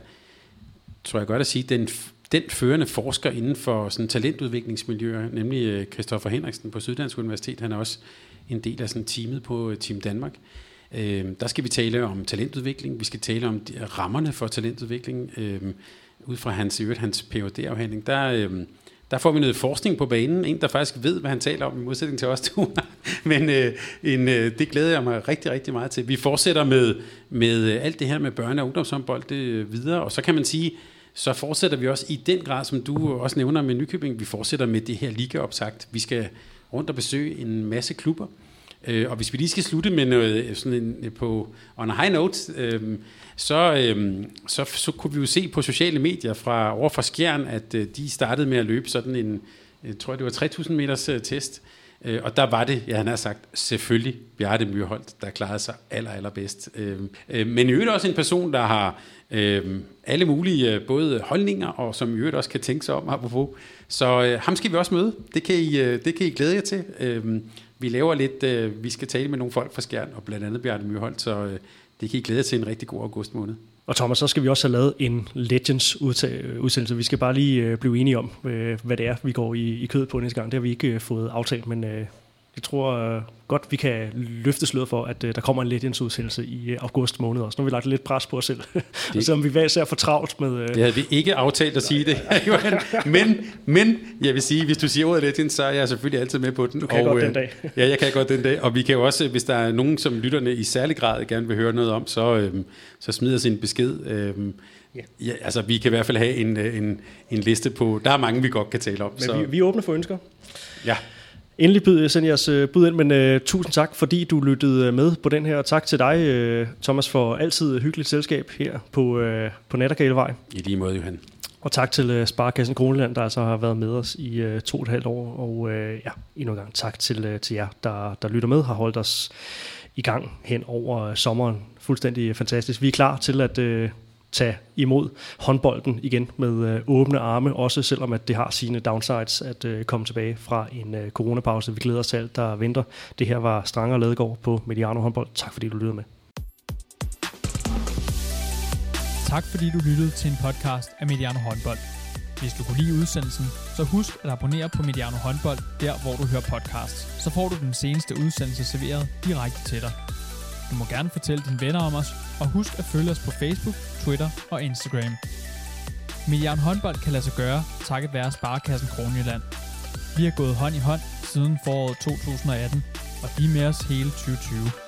tror jeg godt at sige, den Den førende forsker inden for sådan talentudviklingsmiljøer, nemlig Christoffer Henriksen på Syddansk Universitet. Han er også en del af sådan teamet på Team Danmark. Øh, der skal vi tale om talentudvikling. Vi skal tale om de, rammerne for talentudvikling. Øh, ud fra hans, øvrigt, hans P H D-afhandling. Der, øh, der får vi noget forskning på banen. En, der faktisk ved, hvad han taler om, i modsætning til os to. Men øh, en, øh, det glæder jeg mig rigtig, rigtig meget til. Vi fortsætter med, med alt det her med børne- og ungdomshåndbold det videre. Og så kan man sige, så fortsætter vi også i den grad, som du også nævner med Nykøbing, vi fortsætter med det her ligaopsagt. Vi skal rundt og besøge en masse klubber, øh, og hvis vi lige skal slutte med noget sådan en, på on a high note, øh, så, øh, så, så kunne vi jo se på sociale medier fra over fra Skjern, at øh, de startede med at løbe sådan en, jeg tror det var tre tusind meters øh, test, øh, og der var det, ja han har sagt, selvfølgelig Bjarte Myrholt, der klarede sig aller, allerbedst. Øh, øh, men i øvrigt også en person, der har Øh, alle mulige både holdninger, og som i øvrigt også kan tænke sig om apropos. Så øh, ham skal vi også møde. Det kan I, øh, det kan I glæde jer til. Øh, vi laver lidt, øh, vi skal tale med nogle folk fra Skjern, og blandt andet Bjarte Myrholt, så øh, det kan I glæde jer til en rigtig god august måned. Og Thomas, så skal vi også have lavet en Legends udsendelse. Vi skal bare lige øh, blive enige om, øh, hvad det er, vi går i, i kødet på næste gang. Det har vi ikke øh, fået aftalt, men øh, Jeg tror uh, godt, vi kan løfte sløret for, at uh, der kommer en Legends-udsendelse i uh, august måned også. Nu har vi lagt lidt pres på os selv, og så om vi hver især for travlt med... Uh... Det havde vi ikke aftalt at sige det, Johan. Men, men jeg vil sige, hvis du siger ordet Legends, så er jeg selvfølgelig altid med på den. Du kan og, godt den dag. Ja, jeg kan godt den dag. Og vi kan jo også, hvis der er nogen, som lytterne i særlig grad gerne vil høre noget om, så, øhm, så smider sin besked. Øhm, Yeah. Ja, altså vi kan i hvert fald have en, en, en liste på, der er mange vi godt kan tale om. Men så. Vi, vi er åbne for ønsker. Ja. Endelig byd, send jeres bud ind, men uh, tusind tak, fordi du lyttede med på den her. Og tak til dig, uh, Thomas, for altid hyggeligt selskab her på, uh, på Nattergalevej. I lige måde, Johan. Og tak til uh, Sparekassen Kroneland, der altså har været med os i uh, to og et halvt år. Og uh, ja, endnu en gang tak til, uh, til jer, der, der lytter med, har holdt os i gang hen over uh, sommeren. Fuldstændig fantastisk. Vi er klar til at... Uh, tage imod håndbolden igen med øh, åbne arme, også selvom at det har sine downsides at øh, komme tilbage fra en øh, coronapause. Vi glæder os til alt, der venter. Det her var Strange og Ladegaard på Mediano Håndbold. Tak fordi du lyttede med. Tak fordi du lyttede til en podcast af Mediano Håndbold. Hvis du kunne lide udsendelsen, så husk at abonnere på Mediano Håndbold, der hvor du hører podcasts. Så får du den seneste udsendelse serveret direkte til dig. Du må gerne fortælle dine venner om os, og husk at følge os på Facebook, Twitter og Instagram. Mediano Håndbold kan lade sig gøre, takket være Sparekassen Kronjylland. Vi har gået hånd i hånd siden foråret to tusind og atten, og de er med os hele tyve tyve.